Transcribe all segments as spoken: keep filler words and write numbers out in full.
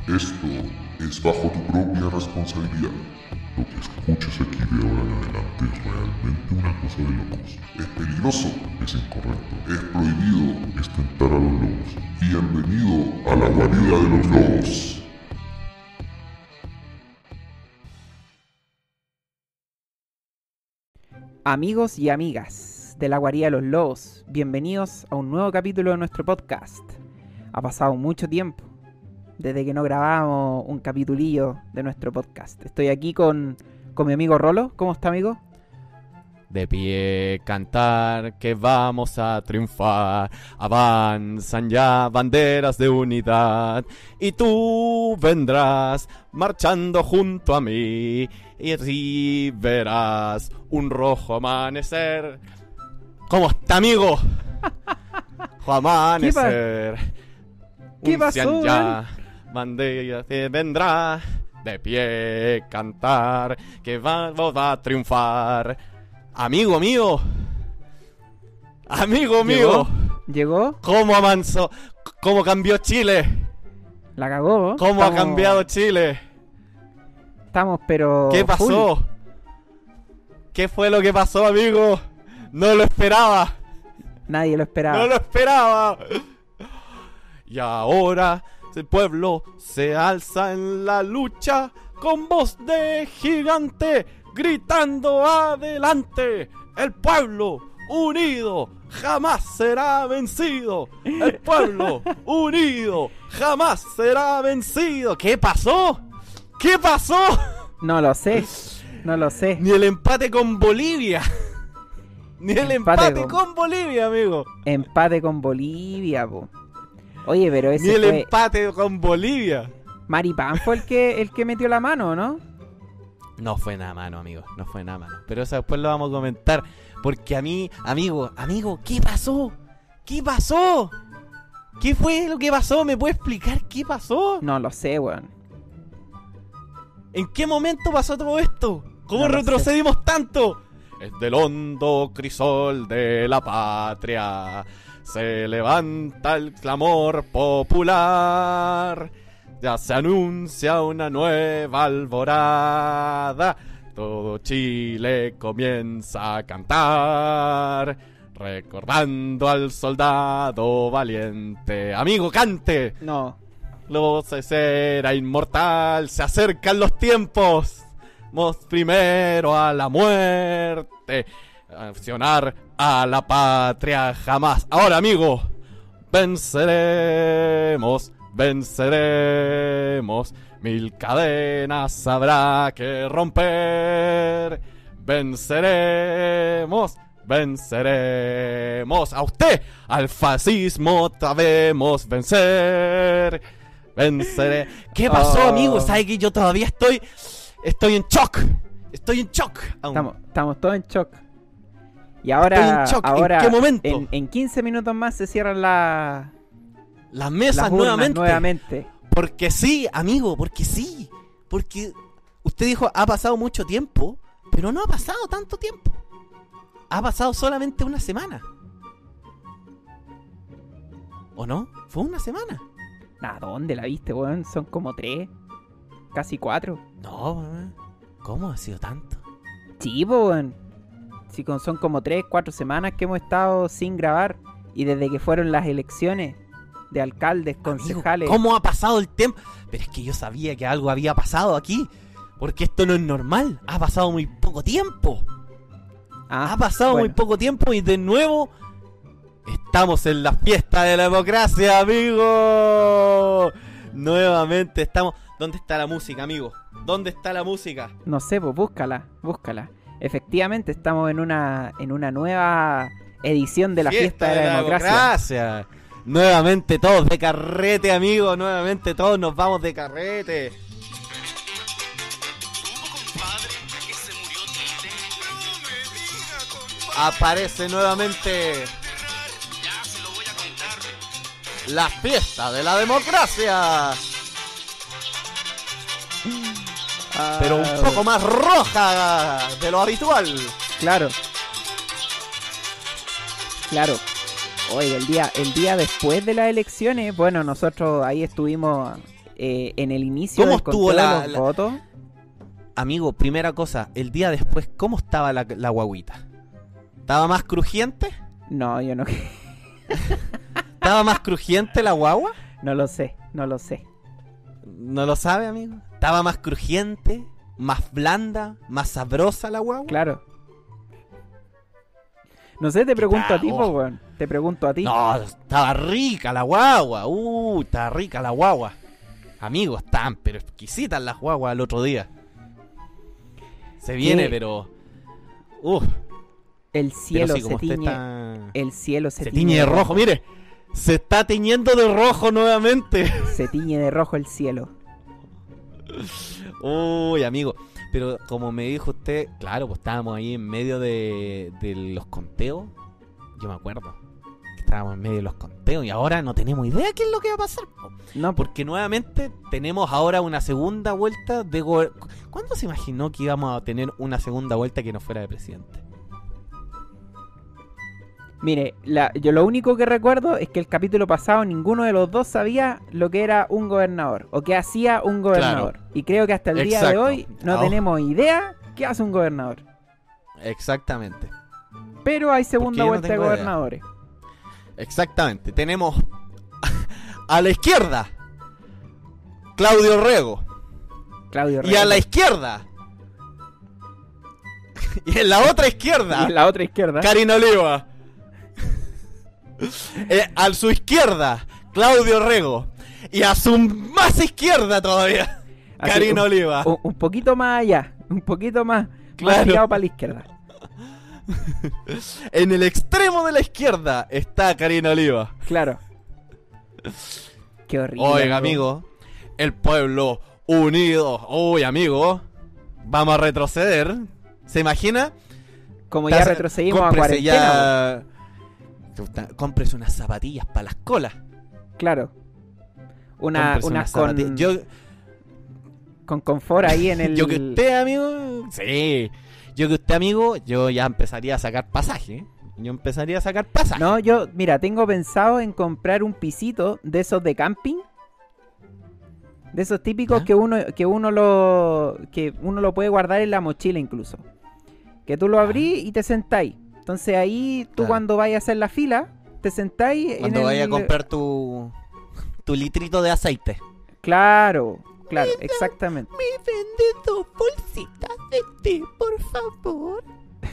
Esto es bajo tu propia responsabilidad. Lo que escuches aquí de ahora en adelante es realmente una cosa de locos. Es peligroso, es incorrecto, es prohibido, es tentar a los lobos. Bienvenido a la guarida de los lobos. Amigos y amigas de la Guarida de los Lobos, bienvenidos a un nuevo capítulo de nuestro podcast. Ha pasado mucho tiempo desde que no grabábamos un capitulillo de nuestro podcast. Estoy aquí con, con mi amigo Rolo. ¿Cómo está, amigo? De pie cantar que vamos a triunfar, avanzan ya banderas de unidad, y tú vendrás marchando junto a mí, y así verás un rojo amanecer. ¿Cómo está, amigo? Rojo amanecer. ¿Qué, pa- ¿Qué pasó, ya banderas que vendrá, de pie cantar que vamos a triunfar. Amigo mío, amigo mío, ¿Llegó? ¿cómo avanzó? ¿Cómo cambió Chile? La cagó. ¿Cómo Estamos... ha cambiado Chile? Estamos, pero... ¿Qué pasó? full. ¿Qué fue lo que pasó, amigo? No lo esperaba. Nadie lo esperaba. No lo esperaba. Y ahora el pueblo se alza en la lucha con voz de gigante, gritando adelante. El pueblo unido jamás será vencido. El pueblo unido jamás será vencido. ¿Qué pasó? ¿Qué pasó? No lo sé. No lo sé. Ni el empate con Bolivia. Ni el Empate empate con- con Bolivia, amigo. Empate con Bolivia, po. Oye, pero ese Ni el fue... empate con Bolivia. Maripán fue el que, el que metió la mano, ¿no? No fue nada mano, amigo. No fue nada mano. Pero eso después lo vamos a comentar. Porque a mí, amigo, amigo, ¿qué pasó? ¿Qué pasó? ¿Qué fue lo que pasó? ¿Me puede explicar qué pasó? No lo sé, weón. ¿En qué momento pasó todo esto? ¿Cómo No lo retrocedimos tanto? Es del hondo crisol de la patria. Se levanta el clamor popular. Ya se anuncia una nueva alborada. Todo Chile comienza a cantar, recordando al soldado valiente. Amigo, cante. No. Los será inmortal. Se acercan los tiempos. Vamos primero a la muerte. Accionar a la patria jamás. Ahora, amigo, venceremos. Venceremos, mil cadenas habrá que romper. Venceremos, venceremos. A usted, al fascismo sabemos vencer. Venceré. ¿Qué pasó, Oh. amigo? ¿Sabe que yo todavía estoy, estoy en shock? Estoy en shock. aún. Estamos, estamos todos en shock. Y ahora, Estoy en shock. ¿En ahora qué momento? En, en quince minutos más se cierran la, Las mesas las urnas nuevamente. nuevamente. Porque sí, amigo, porque sí. Porque usted dijo, ha pasado mucho tiempo, pero no ha pasado tanto tiempo. Ha pasado solamente una semana. ¿O no? Fue una semana. Nah, ¿dónde la viste, weón? Son como tres, casi cuatro. No, weón. ¿Cómo ha sido tanto? Sí, po, weón. Sí, con- son como tres, cuatro semanas que hemos estado sin grabar. Y desde que fueron las elecciones de alcaldes, Amigo, concejales. ¿cómo ha pasado el tiempo? Pero es que yo sabía que algo había pasado aquí. Porque esto no es normal. Ha pasado muy poco tiempo. Ah, Ha pasado bueno. muy poco tiempo y de nuevo estamos en la fiesta de la democracia, amigo. Nuevamente estamos... ¿Dónde está la música, amigo? ¿Dónde está la música? No sé, pues búscala, búscala. Efectivamente, estamos en una, en una nueva edición de la fiesta, de la, democracia. democracia. Nuevamente todos de carrete, amigo. Nuevamente todos nos vamos de carrete. Aparece nuevamente la fiesta de la democracia, Ah, pero un poco más roja de lo habitual. Claro. Claro. Oye, el día, el día después de las elecciones, bueno, nosotros ahí estuvimos eh, en el inicio ¿Cómo del estuvo conteo la- de los la- votos, Amigo, primera cosa, el día después, ¿cómo estaba la, la guaguita? ¿Estaba más crujiente? no, yo no, ¿Estaba más crujiente la guagua? no lo sé, no lo sé. ¿No lo sabe, amigo? ¿Estaba más crujiente, más blanda, más sabrosa la guagua? Claro. No sé, te pregunto a ti, cago. po, weón. Te pregunto a ti. No, estaba rica la guagua. Uh, estaba rica la guagua. Amigos, están, pero exquisitas las guaguas el otro día. Se viene, ¿Qué? pero... Uf, El pero cielo sí, se como usted tiñe. está... El cielo se, Se tiñe de rojo, mire. Se está tiñendo de rojo nuevamente. Se tiñe de rojo el cielo. Uy, amigo. Pero como me dijo usted, claro, pues estábamos ahí en medio de, de los conteos. Yo me acuerdo que estábamos en medio de los conteos y ahora no tenemos idea qué es lo que va a pasar. po. No, por... Porque nuevamente tenemos ahora una segunda vuelta de gober- ¿Cuándo se imaginó que íbamos a tener una segunda vuelta que no fuera de presidente? Mire, la, yo lo único que recuerdo es que el capítulo pasado ninguno de los dos sabía lo que era un gobernador o qué hacía un gobernador. Y creo que hasta el día de Exacto. hoy no Ah, tenemos idea qué hace un gobernador. Exactamente. Pero hay segunda yo no vuelta de tengo idea. gobernadores. Exactamente. Tenemos a la izquierda Claudio Rego. Claudio Y a la Rego. izquierda. Y en la otra izquierda. Y en la otra izquierda. Karina Oliva. Eh, a su izquierda, Claudio Rego. Y a su más izquierda todavía, Así, Karina un- Oliva. Un, un poquito más allá. Un poquito más, más Claro. tirado para la izquierda. En el extremo de la izquierda está Karina Oliva. Claro. Qué horrible. Oiga, amigo, el pueblo unido. Uy, amigo, vamos a retroceder. ¿Se imagina? Como ya Estás- retrocedimos a cómprese cuarentena. ya- Puta, cómprese unas zapatillas para las colas. weón. Claro. Una, Cómprese unas unas con, zapatillas. Yo, con confort ahí en el... yo que usted, amigo, sí. Yo que usted, amigo, yo ya empezaría a sacar pasaje. ¿eh? Yo empezaría a sacar pasaje. No, yo, mira, tengo pensado en comprar un pisito de esos de camping. De esos típicos ¿Ya? que uno, que uno lo. que uno lo puede guardar en la mochila incluso. Que tú lo abrís y te sentáis. Entonces ahí tú Claro. cuando vayas a hacer la fila, te sentáis Cuando en vaya el... a comprar tu, tu litrito de aceite. Claro, claro, exactamente. ¿Me vende dos bolsitas de té, por favor?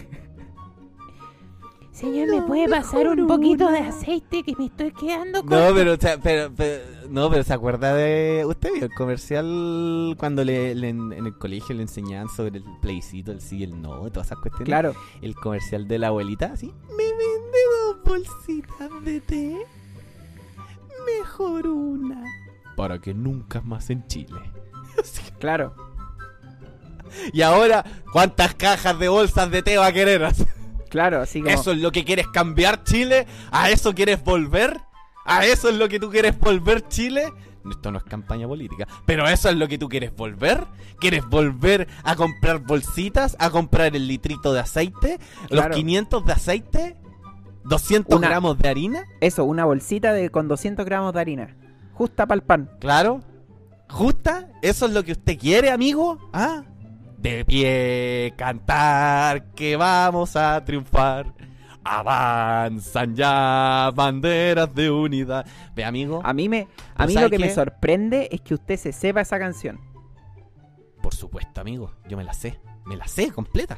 Señor, No, ¿me puede pasar un mejor poquito de una. aceite que me estoy quedando con... No, pero, o sea, pero, pero- no, pero ¿se acuerda de... ¿Usted vio el comercial cuando le, le- en el colegio le enseñaban sobre el plebiscito, el sí y el no, y todas esas cuestiones? Claro. El comercial de la abuelita, así. ¿Me vende dos bolsitas de té? Mejor una. Para que nunca más en Chile. Claro. Y ahora, ¿cuántas cajas de bolsas de té va a querer? Claro, así como... ¿Eso es lo que quieres cambiar, Chile? ¿A eso quieres volver? ¿A eso es lo que tú quieres volver, Chile? Esto no es campaña política, pero ¿eso es lo que tú quieres volver? ¿Quieres volver a comprar bolsitas? ¿A comprar el litrito de aceite? ¿Los Claro. quinientos de aceite? ¿doscientos Una- gramos de harina? Eso, una bolsita de con doscientos gramos de harina. Justa para el pan. Claro. ¿Justa? ¿Eso es lo que usted quiere, amigo? ¿Ah? De pie, cantar, que vamos a triunfar. Avanzan ya banderas de unidad. Ve, amigo. A mí, me, a ¿Pero mí sabe lo que me qué? sorprende es que usted se sepa esa canción. Por supuesto, amigo. Yo me la sé. Me la sé completa.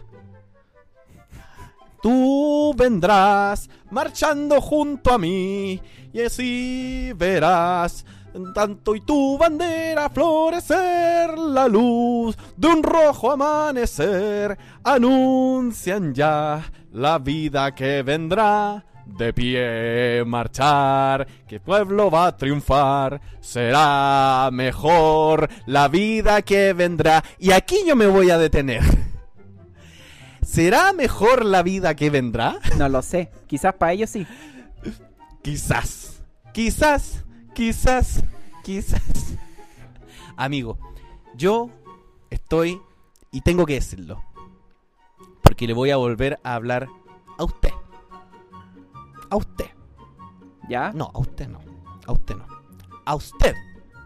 Tú vendrás marchando junto a mí y así verás tanto y tu bandera florecer, la luz de un rojo amanecer anuncian ya la vida que vendrá. De pie marchar, que el pueblo va a triunfar, será mejor la vida que vendrá. Y aquí yo me voy a detener. ¿Será mejor la vida que vendrá? No lo sé. Quizás para ellos sí. Quizás, quizás, quizás, quizás. Amigo, yo estoy, y tengo que decirlo, porque le voy a volver a hablar a usted. A usted. ¿Ya? No, a usted no. A usted no. A usted.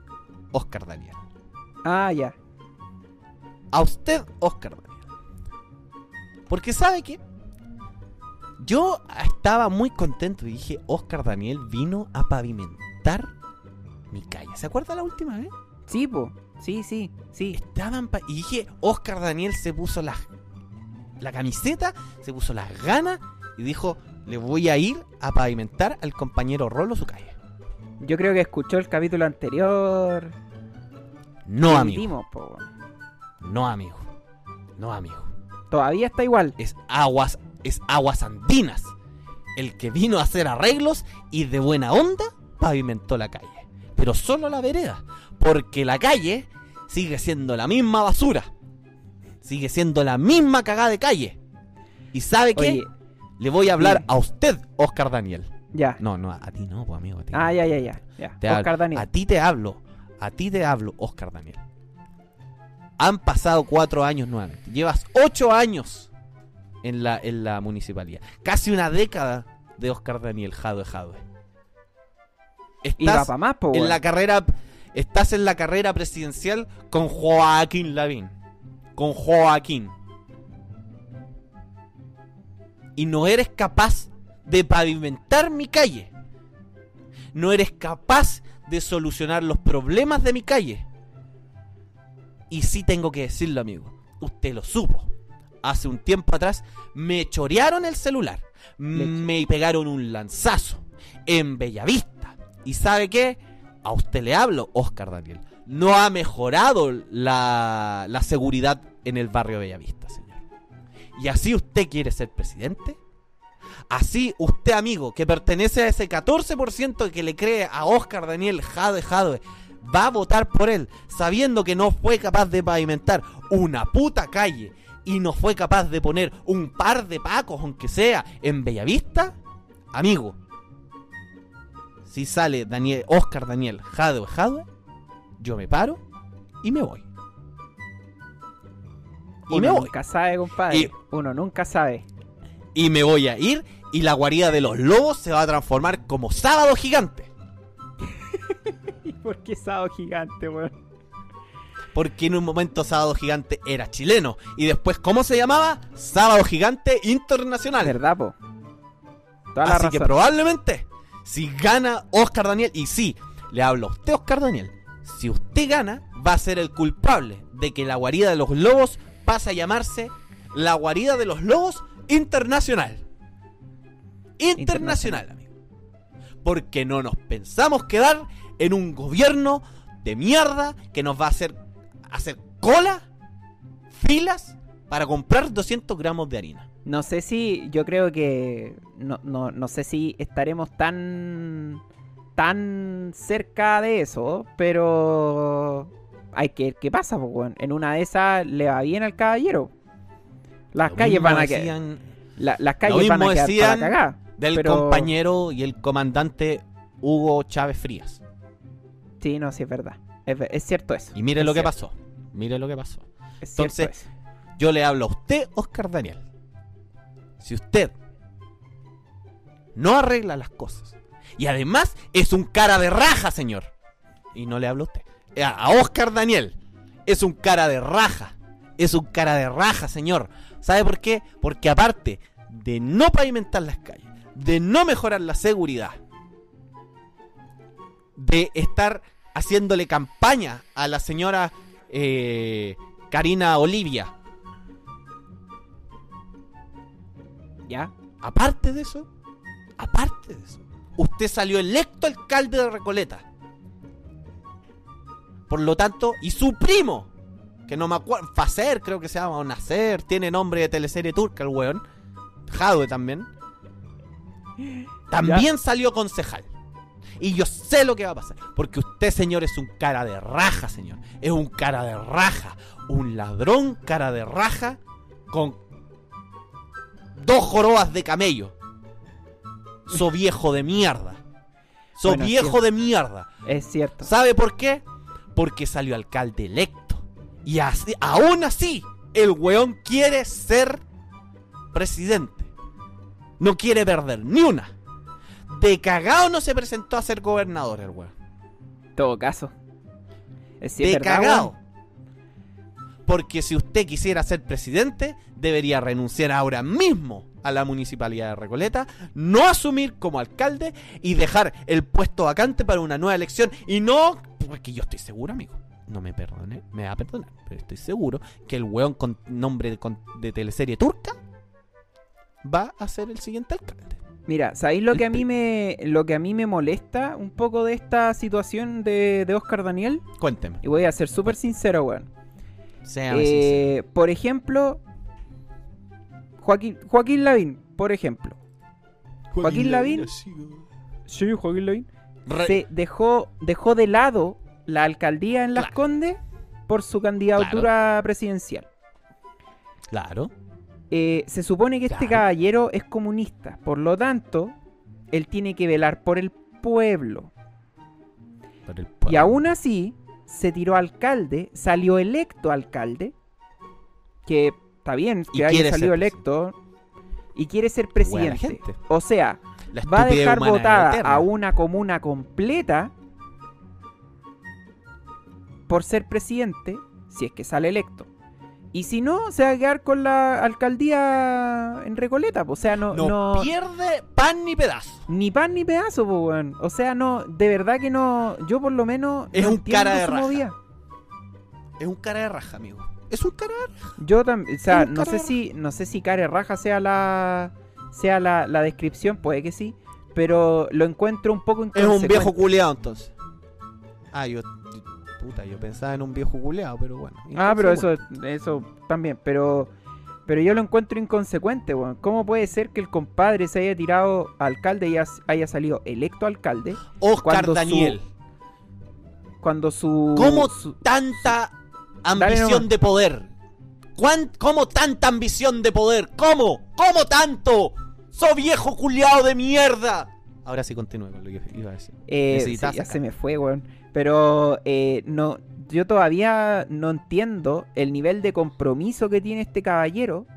Oscar Daniel. Ah, ya. A usted, Oscar Daniel. Porque ¿sabe qué? Yo estaba muy contento y dije, Oscar Daniel vino a pavimentar mi calle. ¿Se acuerda la última vez? Sí, po. Sí, sí, sí. Estaban pa- y dije, Oscar Daniel se puso la, la camiseta, se puso las ganas y dijo, le voy a ir a pavimentar al compañero Rolo su calle. Yo creo que escuchó el capítulo anterior. No, que amigo. emitimos, po. No, amigo. No, amigo. Todavía está igual. Es aguas, es aguas andinas. El que vino a hacer arreglos y de buena onda pavimentó la calle. Pero solo la vereda. Porque la calle sigue siendo la misma basura. Sigue siendo la misma cagada de calle. ¿Y sabe qué? Oye, Le voy a hablar sí. a usted, Oscar Daniel. ya. No, no, a ti no, pues amigo. A ti Ah, no. ya, ya, ya. ya. Te Oscar hablo. Daniel. A ti te hablo. A ti te hablo, Oscar Daniel. Han pasado cuatro años nuevamente. Llevas ocho años en la, en la municipalidad. Casi una década de Oscar Daniel Jadwe Jadwe. Y va Estás para más, po, en weón. la carrera, estás en la carrera presidencial con Joaquín Lavín. Con Joaquín. Y no eres capaz de pavimentar mi calle. No eres capaz de solucionar los problemas de mi calle. Y sí tengo que decirlo, amigo. Usted lo supo. Hace un tiempo atrás me chorearon el celular. Leche. Me pegaron un lanzazo en Bellavista. ¿Y sabe qué? A usted le hablo, Oscar Daniel. No ha mejorado la, la seguridad en el barrio Bellavista, señor. ¿Y así usted quiere ser presidente? Así usted, amigo, que pertenece a ese catorce por ciento que le cree a Oscar Daniel Jadwe Jadwe, va a votar por él, sabiendo que no fue capaz de pavimentar una puta calle y no fue capaz de poner un par de pacos, aunque sea, en Bellavista. Amigo, si sale Daniel, Oscar Daniel Jadwe Jadwe, yo me paro y me voy. Y Uno me voy. nunca sabe, compadre. Y- Uno nunca sabe. Y me voy a ir y la guarida de los lobos se va a transformar como Sábado Gigante. ¿Y por qué sábado gigante, weón? Porque en un momento Sábado Gigante era chileno. Y después, ¿cómo se llamaba? Sábado Gigante Internacional. ¿Verdad, po? Toda la Así que razón. probablemente, si gana Oscar Daniel, y sí, le hablo a usted, Oscar Daniel, si usted gana, va a ser el culpable de que la guarida de los lobos pase a llamarse la guarida de los lobos internacional. Internacional, amigo. Porque no nos pensamos quedar en un gobierno de mierda que nos va a hacer hacer cola, filas, para comprar doscientos gramos de harina. No sé si, yo creo que, no, no, no sé si estaremos tan, tan cerca de eso, pero hay que ver qué pasa, pues, weón. En una de esas le va bien al caballero. Las Lo calles mismo van a quedar, decían la- las lo calles van a mismo quedar decían para cagar. del pero- compañero y el comandante Hugo Chávez Frías. Sí, no, sí es verdad. Es, ver- es cierto eso. Y mire Es lo que cierto, pasó. Mire lo que pasó. Es cierto Entonces, eso. Yo le hablo a usted, Oscar Daniel. Si usted no arregla las cosas, y además es un cara de raja, señor. Y no le hablo a usted. A a Oscar Daniel. Es un cara de raja. Es un cara de raja, señor. ¿Sabe por qué? Porque aparte de no pavimentar las calles, de no mejorar la seguridad, de estar haciéndole campaña a la señora eh, Karina Olivia, ¿Ya? aparte de eso, aparte de eso, usted salió electo alcalde de Recoleta. Por lo tanto, y su primo, que no me acuerdo, Facer creo que se llama, o Nacer, tiene nombre de teleserie turca el weón, Jadwe también, también salió concejal. Y yo sé lo que va a pasar, porque usted, señor, es un cara de raja, señor. Es un cara de raja, un ladrón cara de raja con dos jorobas de camello. So viejo de mierda. So Bueno, viejo sí. de mierda. Es cierto. ¿Sabe por qué? Porque salió alcalde electo. Y así, aún así, el weón quiere ser presidente. No quiere perder ni una. De cagado no se presentó a ser gobernador el weón. En todo caso. Es si es de verdad, cagao. weón. Porque si usted quisiera ser presidente, debería renunciar ahora mismo a la municipalidad de Recoleta, no asumir como alcalde y dejar el puesto vacante para una nueva elección. Y no, porque yo estoy seguro, amigo, no me perdone, me va a perdonar, pero estoy seguro que el weón con nombre de, con, de teleserie turca va a ser el siguiente alcalde. Mira, ¿sabéis lo que a mí me lo que a mí me molesta un poco de esta situación de, de Oscar Daniel? Cuénteme. Y voy a ser súper sincero, weón. Séame Eh, por ejemplo, Joaquín, Joaquín Lavín, por ejemplo. sincero. Joaquín Lavín. así, weón. Sí, Joaquín Lavín. Re- Se dejó, dejó de lado la alcaldía en Las Claro. Condes por su candidatura presidencial. Claro. Eh, se supone que este Claro. caballero es comunista, por lo tanto, él tiene que velar por el pueblo. Por el Y pueblo. aún así, se tiró alcalde, salió electo alcalde, que está bien Y que haya quiere salido ser electo, y quiere ser Buena presidente. gente. O sea, La va a estupidez dejar humana es votada eterna. a una comuna completa por ser presidente, si es que sale electo. Y si no, se va a quedar con la alcaldía en Recoleta. O sea, no, No, no- pierde pan ni pedazo. ni pan ni pedazo, po, weón. O sea, no, de verdad que no. Yo por lo menos Es no un entiendo cara de su raja. movida. Es un cara de raja, amigo. Es un cara de raja. Yo también, o sea, Es un no cara sé de si, no sé si care raja sea la, sea la, la descripción, puede que sí, pero lo encuentro un poco Es inconsecuente. un viejo culeado, entonces. Ah, yo, yo- puta, yo pensaba en un viejo culeado, pero bueno. Ah, pero inconsecuente. eso, eso también, pero, pero yo lo encuentro inconsecuente, weón. ¿Cómo puede ser que el compadre se haya tirado a alcalde y haya, haya salido electo alcalde Oscar cuando su- Daniel. cuando su, ¿Cómo su- tanta Dale ambición nomás. de poder? ¿Cuán- ¿Cómo tanta ambición de poder? ¿Cómo? ¿Cómo tanto? ¡So viejo culiao de mierda! Ahora sí continúe con lo que iba a decir. Eh, Necesitas sí, ya sacar. se me fue, weón. Pero eh, no, yo todavía no entiendo el nivel de compromiso que tiene este caballero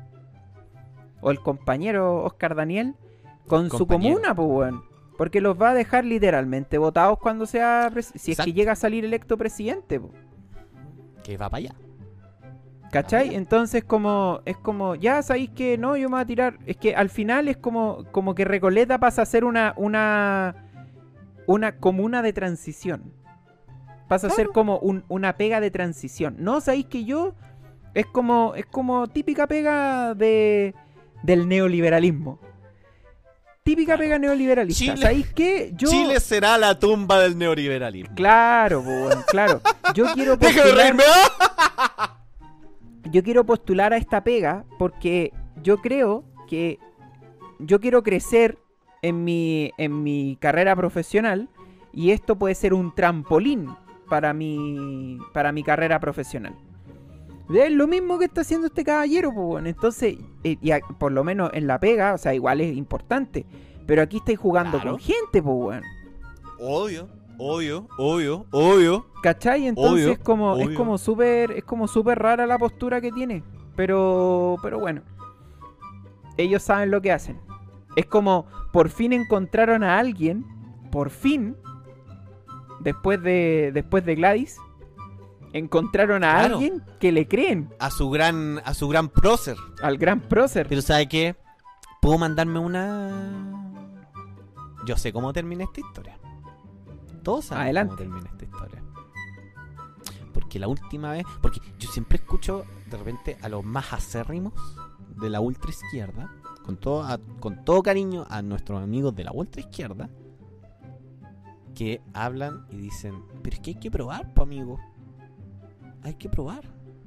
o el compañero Oscar Daniel con su Compañero. comuna, pues, weón. Porque los va a dejar literalmente votados cuando sea pres- si es Exacto. que llega a salir electo presidente, po. Que va para allá. ¿Cachai? Entonces como es como, ya sabéis que no, yo me voy a tirar. Es que al final es como, como que Recoleta pasa a ser una, una, una comuna de transición. Pasa a ser como un- una pega de transición. No, sabéis que yo es como, es como típica pega de, del neoliberalismo. Típica Claro. pega neoliberalista. Chile- ¿Sabéis qué? Yo... Chile será la tumba del neoliberalismo. Claro, po, weón, claro. Yo quiero Déjame postular- reírme. ¡Ah! yo quiero postular a esta pega porque yo creo que yo quiero crecer en mi, en mi carrera profesional y esto puede ser un trampolín para mi, para mi carrera profesional. Es lo mismo que está haciendo este caballero, pues, bueno. Entonces, eh, y a- por lo menos en la pega, o sea, igual es importante, pero aquí estáis jugando Claro. con gente, pues, bueno. Obvio, obvio, obvio, obvio. ¿Cachai? Entonces Obvio, es como es obvio. como súper es como súper rara la postura que tiene, pero pero bueno. Ellos saben lo que hacen. Es como por fin encontraron a alguien, por fin después de después de Gladys encontraron a Claro. alguien que le creen A su gran, a su gran prócer. al gran prócer. Pero ¿sabe qué? ¿Puedo mandarme una...? Yo sé cómo termina esta historia. Todos saben Adelante. cómo termina esta historia. Porque la última vez... Porque yo siempre escucho de repente a los más acérrimos de la ultra izquierda, con todo, a- con todo cariño a nuestros amigos de la ultra izquierda, que hablan y dicen, pero es que hay que probar, po, amigo. Hay que probar.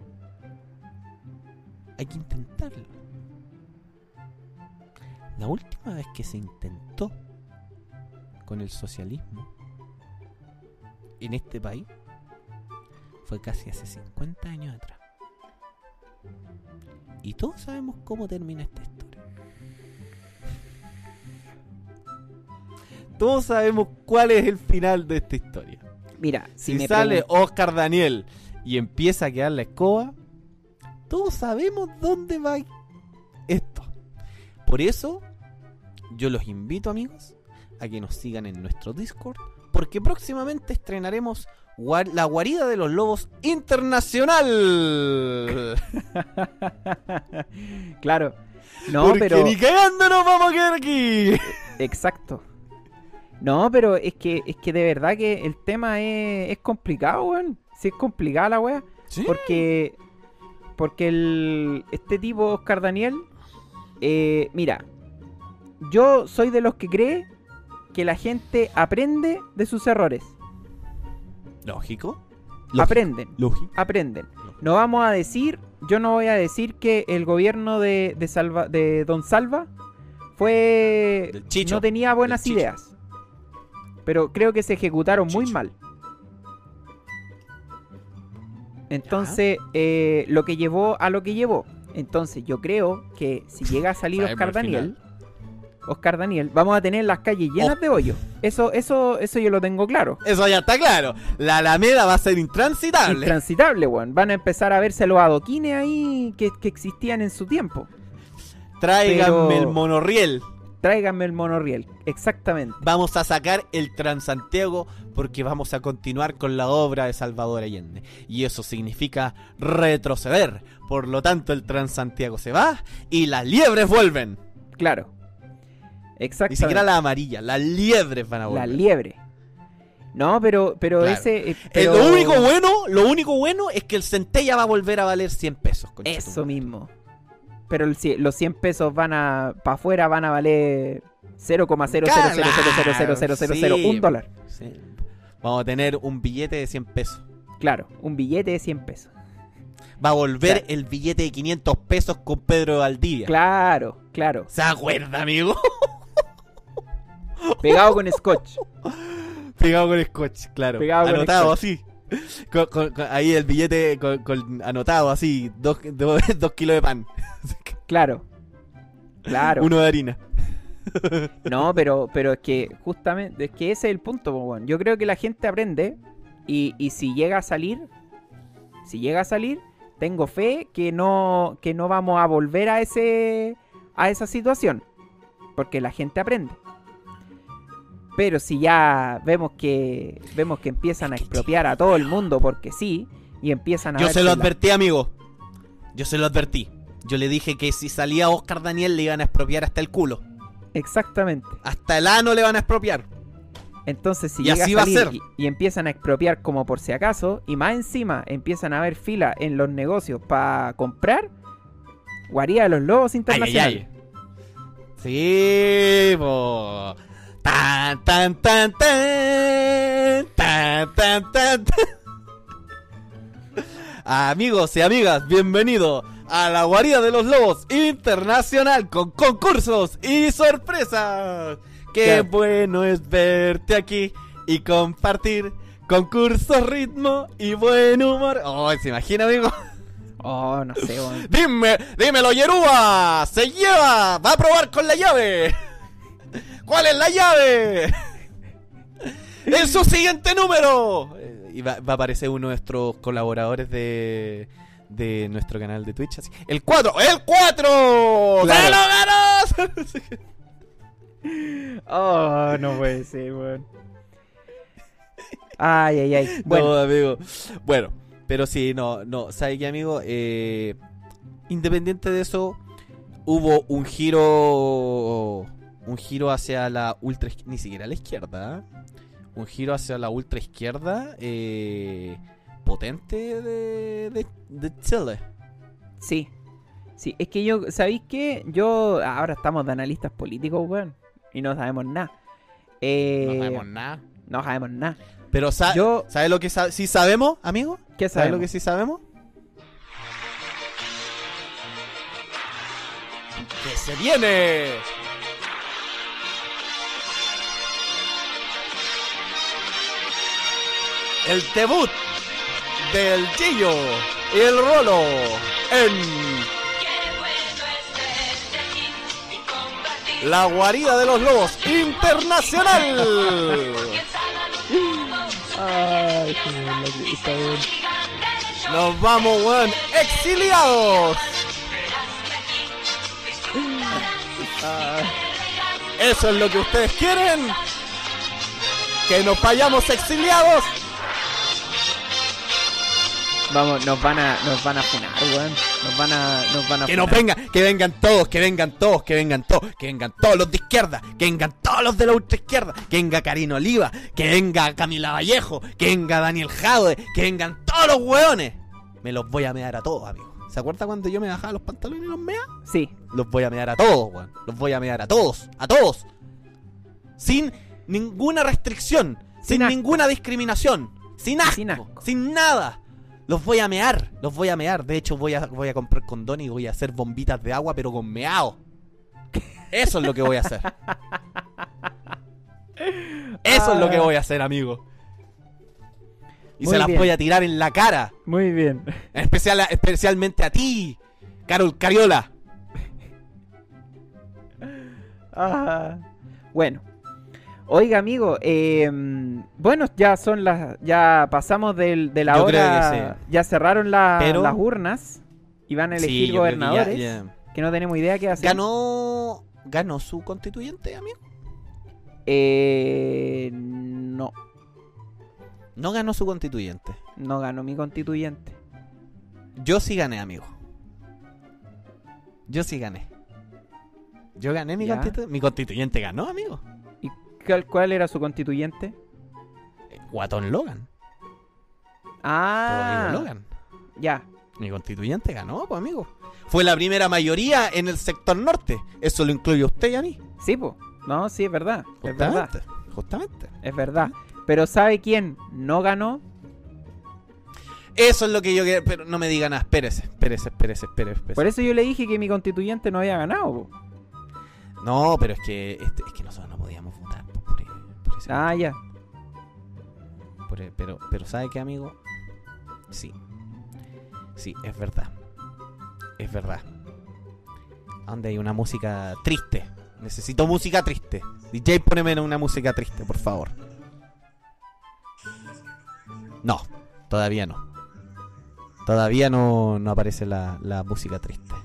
Hay que intentarlo. La última vez que se intentó con el socialismo en este país fue casi hace cincuenta años atrás. Y todos sabemos cómo termina esta historia. Todos sabemos cuál es el final de esta historia. Mira, si, Si, me sale pregun- Oscar Daniel y empieza a quedar la escoba, todos sabemos dónde va esto. Por eso, yo los invito, amigos, a que nos sigan en nuestro Discord, porque próximamente estrenaremos Gua- la guarida de los lobos internacional. Claro. No, Porque pero... ni cagando nos vamos a quedar aquí. Exacto. No, pero es que es que de verdad que el tema es, es complicado, weón. Sí es complicada la weá. ¿Sí? Porque... Porque el, este tipo, Oscar Daniel... Eh, mira... Yo soy de los que cree que la gente aprende de sus errores. Lógico. Aprenden. Lógico. Aprenden. No vamos a decir... Yo no voy a decir que el gobierno de, de, Salva, de Don Salva fue... Del Chicho. No tenía buenas Del Chicho. ideas. Pero creo que se ejecutaron muy Chicho. mal. Entonces, eh, lo que llevó a lo que llevó. Entonces, yo creo que si llega a salir Sabemos Oscar al Daniel, Oscar Daniel, vamos a tener las calles llenas Oh. de hoyos. Eso, eso, eso yo lo tengo claro. Eso ya está claro. La Alameda va a ser intransitable. Intransitable, weón. Van a empezar a verse los adoquines ahí que, que existían en su tiempo. Tráiganme Pero- el monorriel. Tráiganme el monorriel. Exactamente. Vamos a sacar el Transantiago porque vamos a continuar con la obra de Salvador Allende. Y eso significa retroceder. Por lo tanto, el Transantiago se va y las liebres vuelven. Claro. Ni Exactamente. siquiera la amarilla, las liebres van a La volver. liebre. No, pero, pero Claro. ese... eh, Eh, pero- lo único bueno, lo único bueno es que el centella va a volver a valer cien pesos. concha tu Eso madre. mismo. Pero el cie- los cien pesos van a... Para afuera van a valer cero coma cero cero cero cero cero cero cero cero cero Sí. un dólar. Sí. Vamos a tener un billete de cien pesos. Claro, un billete de cien pesos. Va a volver Claro. el billete de quinientos pesos con Pedro de Valdivia. Claro, claro. ¿Se acuerda, amigo? Pegado con scotch. Pegado con scotch, claro. Pegado con anotado scotch. así. Con- con- con- ahí el billete con, con- anotado así. Dos, dos, dos kilos de pan. Claro. Claro. Uno de harina. No, pero, pero es que justamente, es que ese es el punto, po, weón. Yo creo que la gente aprende y, y si llega a salir, si llega a salir, tengo fe que no, que no vamos a volver a ese, a esa situación, porque la gente aprende. Pero si ya vemos que, vemos que empiezan a expropiar a todo el mundo porque sí, y empiezan a Yo verse se lo la- advertí, amigo. Yo se lo advertí. Yo le dije que si salía Oscar Daniel le iban a expropiar hasta el culo. Exactamente. Hasta el ano le van a expropiar. Entonces, si Y llega así a va a salir ser. y, y empiezan a expropiar como por si acaso, y más encima empiezan a haber fila en los negocios para comprar, guarida de los lobos internacionales. Ay, ay, ay. Sí, po. Tan, tan, tan, tan. Tan, tan, tan, tan. Amigos y amigas, bienvenidos a la guarida de los lobos internacional con concursos y sorpresas. Qué Claro. bueno es verte aquí y compartir concursos, ritmo y buen humor. Oh, ¿se imagina, amigo? Oh, no sé, weón. Dime, dímelo, Yerúa. Se lleva, va a probar con la llave. ¿Cuál es la llave? En su siguiente número. Eh, Y va, va a aparecer uno de nuestros colaboradores de, de nuestro canal de Twitch. Así. El cuatro, el cuatro. ¡Se lo ganó! Oh, no puede ser, weón. Ay, ay, ay. Bueno, No, amigo. Bueno, pero sí, no, no. ¿Sabe qué, amigo? Eh, independiente de eso, hubo un giro. Un giro hacia la ultra izquierda. Ni siquiera a la izquierda. ¿eh? Un giro hacia la ultra izquierda. Eh, potente de, de, de Chile. sí. Sí, es que yo, ¿sabéis qué? Yo, ahora estamos de analistas políticos, weón. Y no sabemos nada. Eh, No sabemos nada. No sabemos nada. Pero sa Yo- ¿sabe lo que sa sí sabemos, amigo? ¿Qué ¿Sabe sabemos? lo que sí sabemos? ¡Que se viene! El debut del Gillo y el Rolo en la guarida de los lobos internacional. Ay, qué la grita, weón. Nos vamos, weón, exiliados. ¿Eso es lo que ustedes quieren? ¿Que nos vayamos exiliados? Vamos, nos van a, nos van a funar, weón. Nos van a, nos van a Que funar. nos vengan, que vengan todos, que vengan todos, que vengan todos, que vengan todos los de izquierda, que vengan todos los de la ultra izquierda, que venga Karina Oliva, que venga Camila Vallejo, que venga Daniel Jadwe, que vengan todos los hueones. Me los voy a mear a todos, amigo. ¿Se acuerda cuando yo me bajaba los pantalones y los mea? Sí. Los voy a mear a todos, weón. Los voy a mear a todos, a todos. Sin ninguna restricción, sin, Sin asco. ninguna discriminación, sin asco, Sin asco. sin nada. Los voy a mear, los voy a mear. De hecho, voy a, voy a comprar condón y voy a hacer bombitas de agua, pero con meao. Eso es lo que voy a hacer. Eso es lo que voy a hacer, amigo. Y Muy se las bien. voy a tirar en la cara. Muy bien. En especial, especialmente a ti, Carol Cariola. Ah, bueno. Oiga, amigo, eh, bueno, ya son las, ya pasamos del, de la Yo hora, creo que sí. ya cerraron la- Pero- las urnas y van a elegir Sí, yo creo que ya- gobernadores, ya- que no tenemos idea qué hacer. ¿Ganó, ganó su constituyente, amigo? Eh, no, No ganó su constituyente. no ganó mi constituyente. Yo sí gané, amigo. Yo sí gané. Yo gané mi Ya. constituyente. Mi constituyente ganó, amigo. ¿Y cuál, cuál era su constituyente? Eh, Guatón Logan. Ah, Rodrigo Logan. ya. Mi constituyente ganó, pues, amigo. Fue la primera mayoría en el sector norte. Eso lo incluye a usted y a mí. Sí, pues. No, sí, es verdad. Es verdad. Justamente. Justamente. Es verdad. Pero ¿sabe quién no ganó? Eso es lo que yo quiero. Pero no me diga nada. Espérese, espérese, espérese, espérese. espérese. Por eso yo le dije que mi constituyente no había ganado, po. No, pero es que este, es que nosotros no podíamos votar por, por, por ese Ah, ya. Por el- pero, pero ¿sabe qué, amigo? Sí. Sí, es verdad. Es verdad. ¿A dónde hay una música triste? Necesito música triste. D J, poneme una música triste, por favor. No, todavía no. Todavía no, no aparece la, la música triste.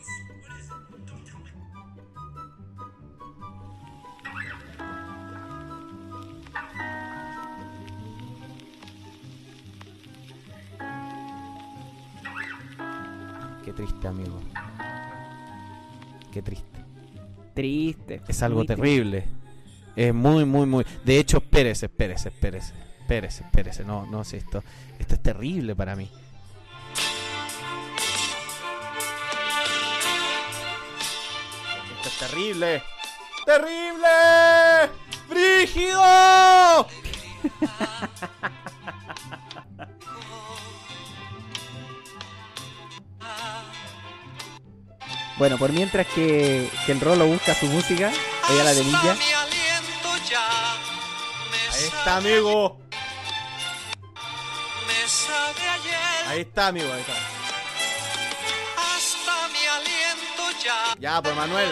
Qué triste, amigo. Qué triste. Triste. Es algo muy triste. terrible. Es muy, muy, muy. De hecho, espérese, espérese, espérese. Espérese, espérese. No, no sé, esto, esto es terrible para mí. Esto es terrible. ¡Terrible! ¡Brígido! Bueno, por mientras que, que el Rolo busca su música, oiga la de Villa. Ahí está, amigo. Ahí está, amigo. Ahí está. Hasta mi aliento ya. Ya, por Manuel.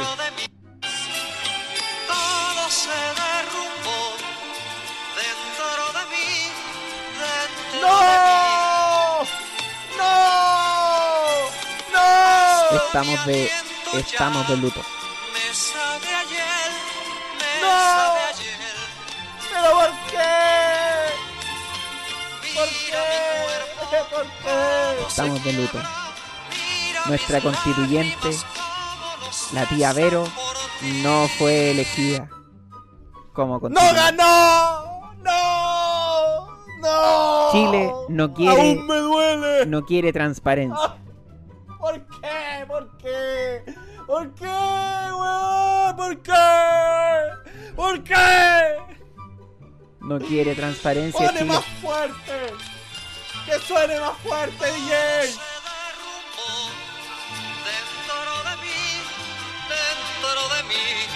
Todo se derrumbó dentro de mí. Dentro ¡No! ¡No! ¡No! Estamos de, estamos de luto. Me sabe ayer. Me ¡No! sabe ayer. ¿Pero por qué? ¿Por Mira mi cuerpo. qué? ¿Por qué? Estamos de luto. Mira Nuestra mis constituyente, lágrimas como los la tía Vero, por ti. no fue elegida como ¡No constituyente. ganó! ¡No! ¡No! Chile no quiere- ¡Aún me duele! No quiere transparencia. ¿Por qué? ¿Por qué? ¿Por qué, weón? ¿Por qué? ¿Por qué? No quiere transparencia, ¡Pone Chile. más fuerte! ¡Que suene más fuerte, D J! Se derrumbó dentro de mí, dentro de mí.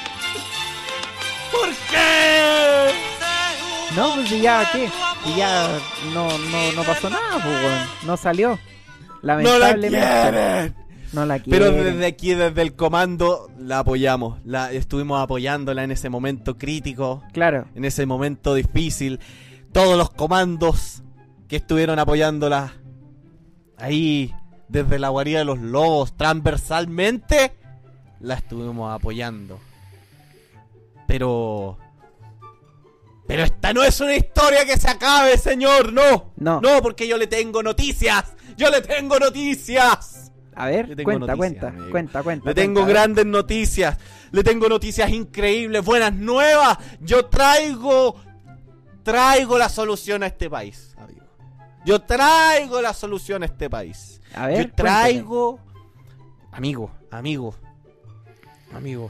¿Por qué? Te No, juro pues si ya, que ¿qué? tu Si ya amor no, no, no pasó nada, pues, weón. No salió. ¡No la Lamentablemente. quieren! No la quieren. Pero desde aquí, desde el comando, la apoyamos. La, estuvimos apoyándola en ese momento crítico, Claro. en ese momento difícil. Todos los comandos que estuvieron apoyándola ahí, desde la guarida de los lobos, transversalmente, la estuvimos apoyando. Pero... Pero esta no es una historia que se acabe, señor, no. No. No, porque yo le tengo noticias. Yo le tengo noticias. A ver, Le tengo cuenta, noticias, cuenta, amigo. cuenta, cuenta. Le tengo cuenta, a ver. grandes noticias. Le tengo noticias increíbles, buenas, nuevas. Yo traigo, traigo la solución a este país, amigo. Yo traigo la solución a este país. A ver, Yo traigo, amigo, amigo, amigo.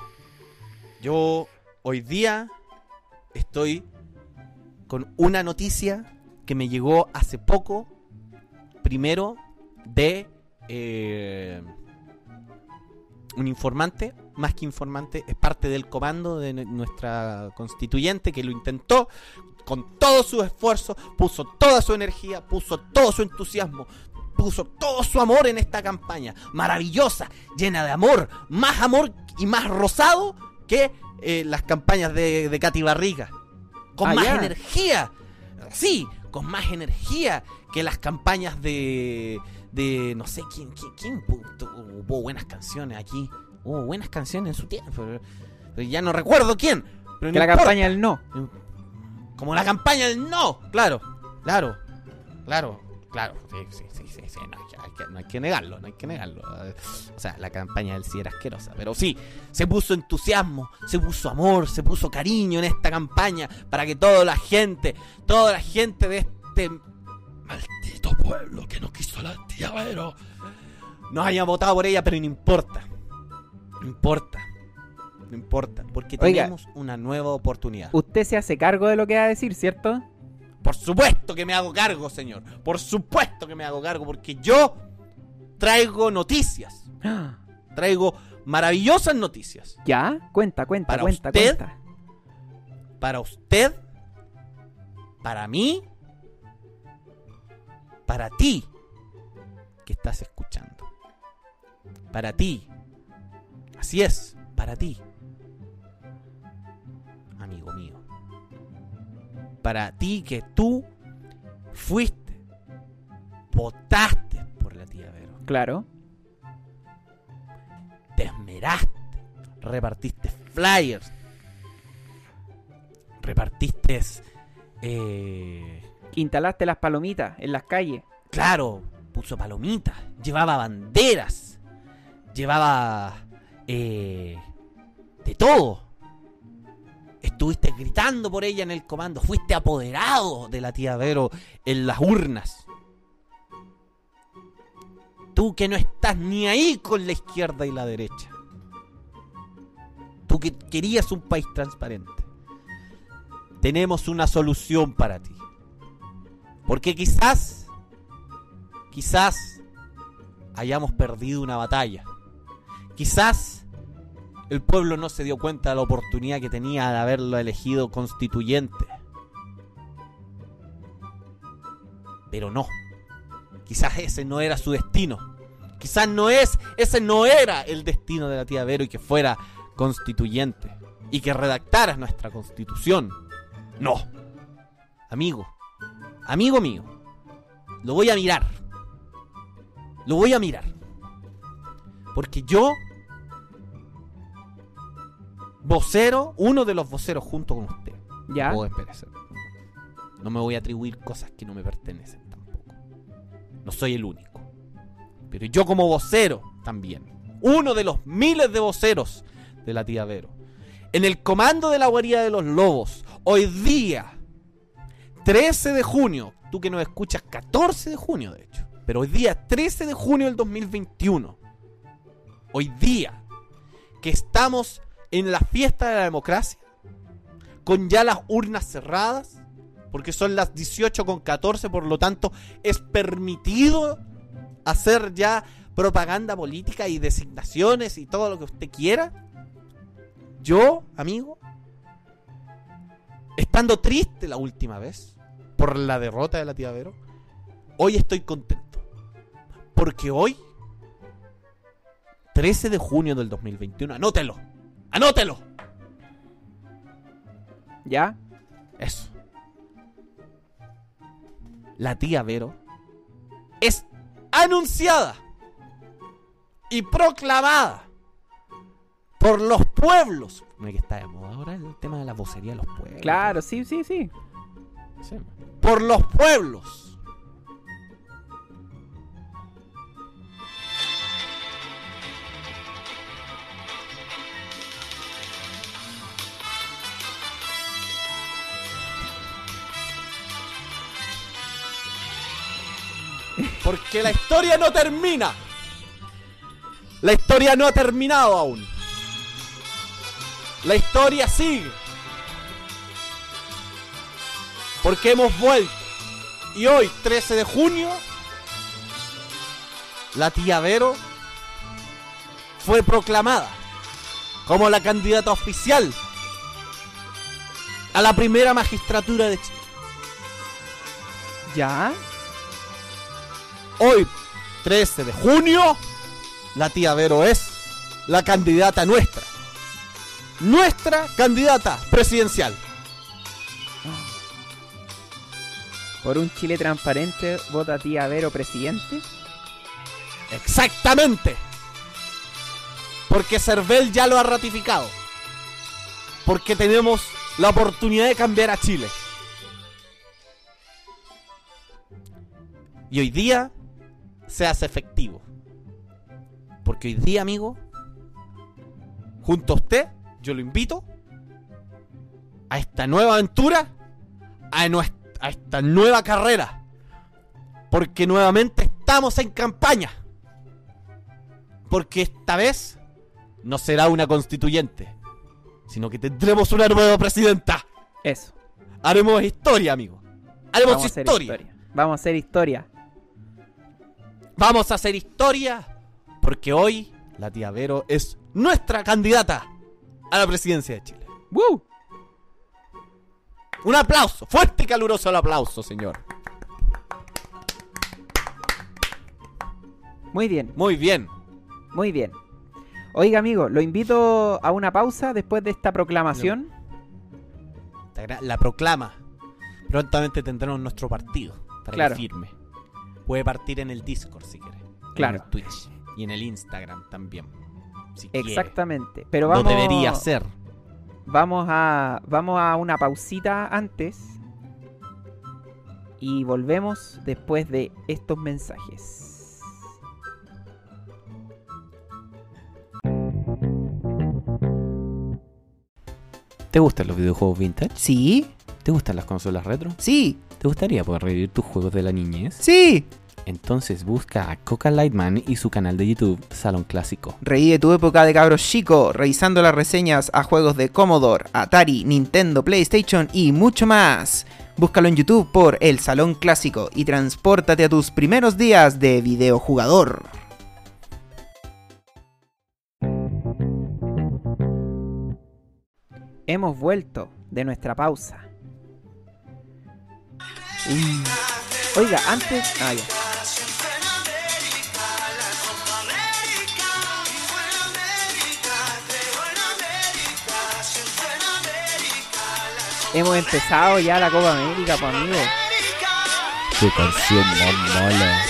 Yo hoy día estoy con una noticia que me llegó hace poco, primero de eh, un informante, más que informante, es parte del comando de n- nuestra constituyente que lo intentó con todo su esfuerzo, puso toda su energía, puso todo su entusiasmo, puso todo su amor en esta campaña maravillosa, llena de amor, más amor y más rosado que eh, las campañas de, de Katy Barriga, con Ah, más ya. energía, sí, con más energía que las campañas de, de no sé quién, quién, quién pu- hubo buenas canciones aquí, hubo buenas canciones en su tiempo, pero, pero ya no recuerdo quién, pero Que no la importa. campaña del no. Como la campaña del no, claro, claro, claro, claro, sí, sí, sí, sí, sí, no, hay que- hay que- no hay que negarlo, no hay que negarlo. Eh, O sea, la campaña del sí era asquerosa, pero sí, se puso entusiasmo, se puso amor, se puso cariño en esta campaña para que toda la gente, toda la gente de este maldito pueblo que no quiso la tía Vero, nos haya votado por ella, pero no importa, no importa. No importa, porque Oiga. tenemos una nueva oportunidad. Usted se hace cargo de lo que va a decir, ¿cierto? Por supuesto que me hago cargo, señor. Por supuesto que me hago cargo, porque yo traigo noticias. Traigo maravillosas noticias. ¿Ya? Cuenta, cuenta, Para cuenta, usted. cuenta. Para usted, para mí, para ti, que estás escuchando. Para ti. Así es, para ti. Amigo mío. Para ti que tú fuiste, votaste por la tía Vero, Claro. te esmeraste, repartiste flyers, repartiste, eh, Instalaste las palomitas en las calles. claro, puso palomitas, llevaba banderas, llevaba eh, de todo. Estuviste gritando por ella en el comando, fuiste apoderado de la tía Vero en las urnas. Tú que no estás ni ahí con la izquierda y la derecha. Tú que querías un país transparente. Tenemos una solución para ti. Porque quizás, quizás hayamos perdido una batalla. Quizás el pueblo no se dio cuenta de la oportunidad que tenía de haberlo elegido constituyente. Pero no. Quizás ese no era su destino. Quizás no es, ese no era el destino de la tía Vero, y que fuera constituyente y que redactara nuestra constitución. No. Amigo, amigo mío, lo voy a mirar. Lo voy a mirar. Porque yo, vocero, uno de los voceros junto con usted. ¿Ya? Oh, espérese. No me voy a atribuir cosas que no me pertenecen tampoco. No soy el único. Pero yo como vocero también. Uno de los miles de voceros de la tía Vero. En el comando de la guarida de los lobos. Hoy día, trece de junio. Tú que nos escuchas, catorce de junio de hecho. Pero hoy día, trece de junio del dos mil veintiuno. Hoy día, que estamos en la fiesta de la democracia. Con ya las urnas cerradas. Porque son las dieciocho con catorce, por lo tanto es permitido hacer ya propaganda política y designaciones y todo lo que usted quiera. Yo, amigo, estando triste la última vez por la derrota de la tía Vero, hoy estoy contento. Porque hoy, trece de junio del dos mil veintiuno, anótelo, anótelo. ¿Ya? Eso. La tía Vero es anunciada y proclamada por los pueblos Una que está de moda ahora, el tema de la vocería de los pueblos. Claro, sí, sí, sí. Sí. Por los pueblos. Porque la historia no termina. La historia no ha terminado aún. La historia sigue. Porque hemos vuelto. Y hoy, trece de junio, la tía Vero fue proclamada como la candidata oficial a la primera magistratura de Chile. ¿Ya? Hoy, trece de junio, la tía Vero es la candidata nuestra. Nuestra candidata presidencial. Por un Chile transparente, vota tía Vero presidente. Exactamente. Porque Cervel ya lo ha ratificado. Porque tenemos la oportunidad de cambiar a Chile. Y hoy día se hace efectivo. Porque hoy día, amigo, junto a usted, yo lo invito a esta nueva aventura, a, nuestra, a esta nueva carrera. Porque nuevamente estamos en campaña. Porque esta vez no será una constituyente, sino que tendremos una nueva presidenta. Eso. Haremos historia, amigo. Haremos Vamos a hacer historia. historia. Vamos a hacer historia. Vamos a hacer historia. Porque hoy la tía Vero es nuestra candidata a la presidencia de Chile. ¡Woo! Un aplauso, fuerte y caluroso el aplauso, señor. Muy bien, Muy bien. muy bien. Oiga, amigo, lo invito a una pausa después de esta proclamación. La proclama. Prontamente tendremos nuestro partido para Claro. que firme. Puede partir en el Discord si quiere. Claro. En el Twitch. Y en el Instagram también. Si quiere. Exactamente. Pero Lo vamos, debería hacer. vamos a vamos a una pausita antes y volvemos después de estos mensajes. ¿Te gustan los videojuegos vintage? Sí, ¿Te gustan las consolas retro? sí, ¿Te gustaría poder revivir tus juegos de la niñez? sí. Entonces busca a Coca Lightman y su canal de YouTube Salón Clásico. Revive tu época de cabros chico, revisando las reseñas a juegos de Commodore, Atari, Nintendo, PlayStation y mucho más. Búscalo en YouTube por El Salón Clásico y transpórtate a tus primeros días de videojugador. Hemos vuelto de nuestra pausa. Uy. Oiga, antes... Ah, ya. Hemos empezado ya la Copa América, pues amigo. Qué canción más mala.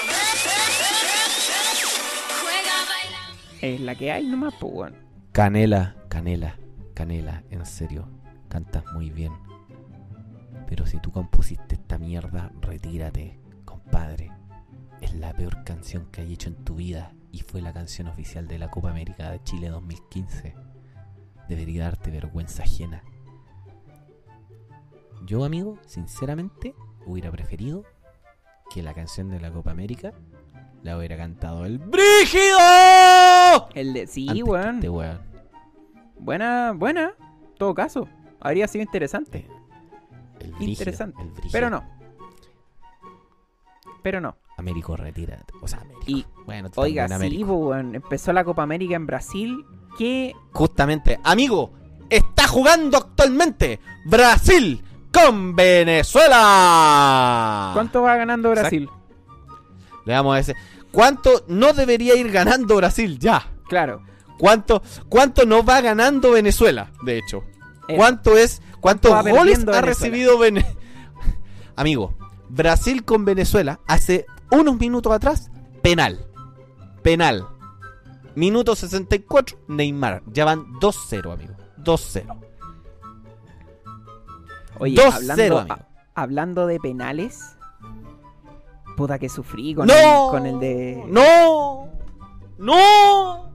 Es la que hay nomás, pues bueno. Canela, Canela, Canela, en serio, cantas muy bien. Pero si tú compusiste esta mierda, retírate, compadre. Es la peor canción que hay hecho en tu vida y fue la canción oficial de la Copa América de Chile dos mil quince. Debería darte vergüenza ajena. Yo, amigo, sinceramente, hubiera preferido que la canción de la Copa América la hubiera cantado el Brígido. El de... Sí, Antes que weón. este weón. Buena, buena. En todo caso. Habría sido interesante. El Brígido, Interesante. el Brígido. Pero no. Pero no. Américo, retírate. O sea, Américo. Y, bueno, tú Oiga, también, sí, Américo. pues, weón. Empezó la Copa América en Brasil. ¿Qué? Justamente, amigo, está jugando actualmente Brasil con Venezuela. ¿Cuánto va ganando Brasil? Le damos a ese. ¿Cuánto no debería ir ganando Brasil ya? Claro. ¿Cuánto, cuánto no va ganando Venezuela, de hecho? Eh, ¿Cuánto es? ¿Cuántos va goles perdiendo ha Venezuela? recibido Venezuela? Amigo, Brasil con Venezuela hace unos minutos atrás, penal. Penal. Minuto sesenta y cuatro, Neymar. Ya van dos cero, amigo. dos cero. Oye, dos hablando, cero, amigo. a- hablando de penales, puta que sufrí con, ¡No! el, con el de... ¡No! ¡No!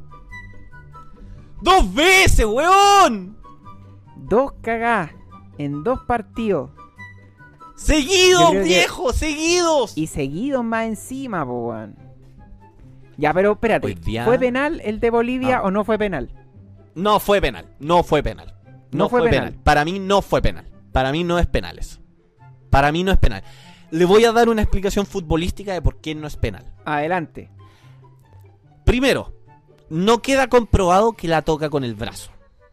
¡Dos veces, weón! Dos cagás en dos partidos. Yo ¡Seguidos, creo que- viejo! ¡Seguidos! Y seguidos más encima, po, weón. Ya, pero espérate. Hoy día- ¿Fue penal el de Bolivia Ah. o no fue penal? No fue penal, no fue penal. No, No fue fue, penal. penal. Para mí no fue penal. Para mí no es penal eso. Para mí no es penal. Le voy a dar una explicación futbolística de por qué no es penal. Adelante. Primero, no queda comprobado que la toca con el brazo.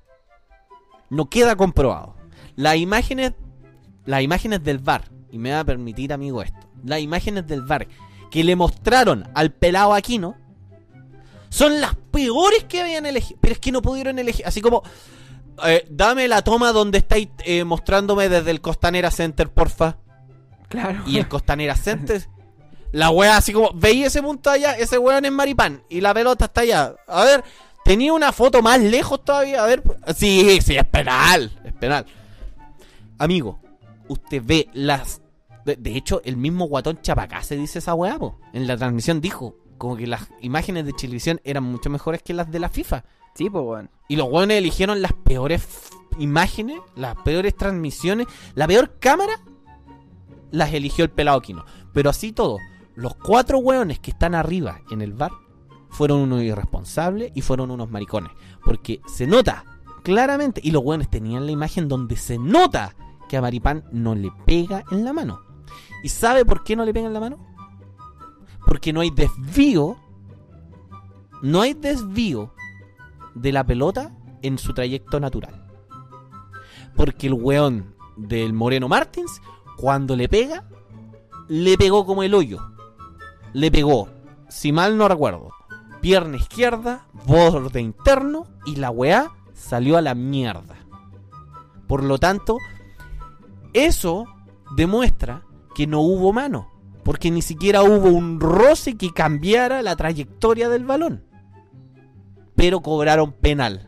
No queda comprobado. Las imágenes, las imágenes del V A R, y me va a permitir, amigo, esto. Las imágenes del V A R que le mostraron al pelado Aquino son las peores que habían elegido. Pero es que no pudieron elegir. Así como, eh, dame la toma donde estáis eh, mostrándome desde el Costanera Center, porfa. Claro. Y el Costanera Center, la wea así como, veí ese punto allá, ese weón es Maripán, y la pelota está allá. A ver, tenía una foto más lejos todavía, a ver. Sí, sí, es penal, es penal. Amigo, usted ve las... De, de hecho, el mismo Guatón Chapacá se dice esa weá, po. En la transmisión dijo, como que las imágenes de televisión eran mucho mejores que las de la FIFA. Sí, pues, weón. Y los weones eligieron las peores f- imágenes, las peores transmisiones, la peor cámara las eligió el pelado Aquino. Pero así todo, los cuatro weones que están arriba en el V A R fueron unos irresponsables y fueron unos maricones. Porque se nota claramente, y los weones tenían la imagen donde se nota que a Maripán no le pega en la mano. ¿Y sabe por qué no le pega en la mano? Porque no hay desvío, no hay desvío de la pelota en su trayecto natural. Porque el weón del Moreno Martins, cuando le pega, le pegó como el hoyo. Le pegó, si mal no recuerdo, pierna izquierda, borde interno, y la weá salió a la mierda. Por lo tanto, eso demuestra que no hubo mano, porque ni siquiera hubo un roce que cambiara la trayectoria del balón. Pero cobraron penal.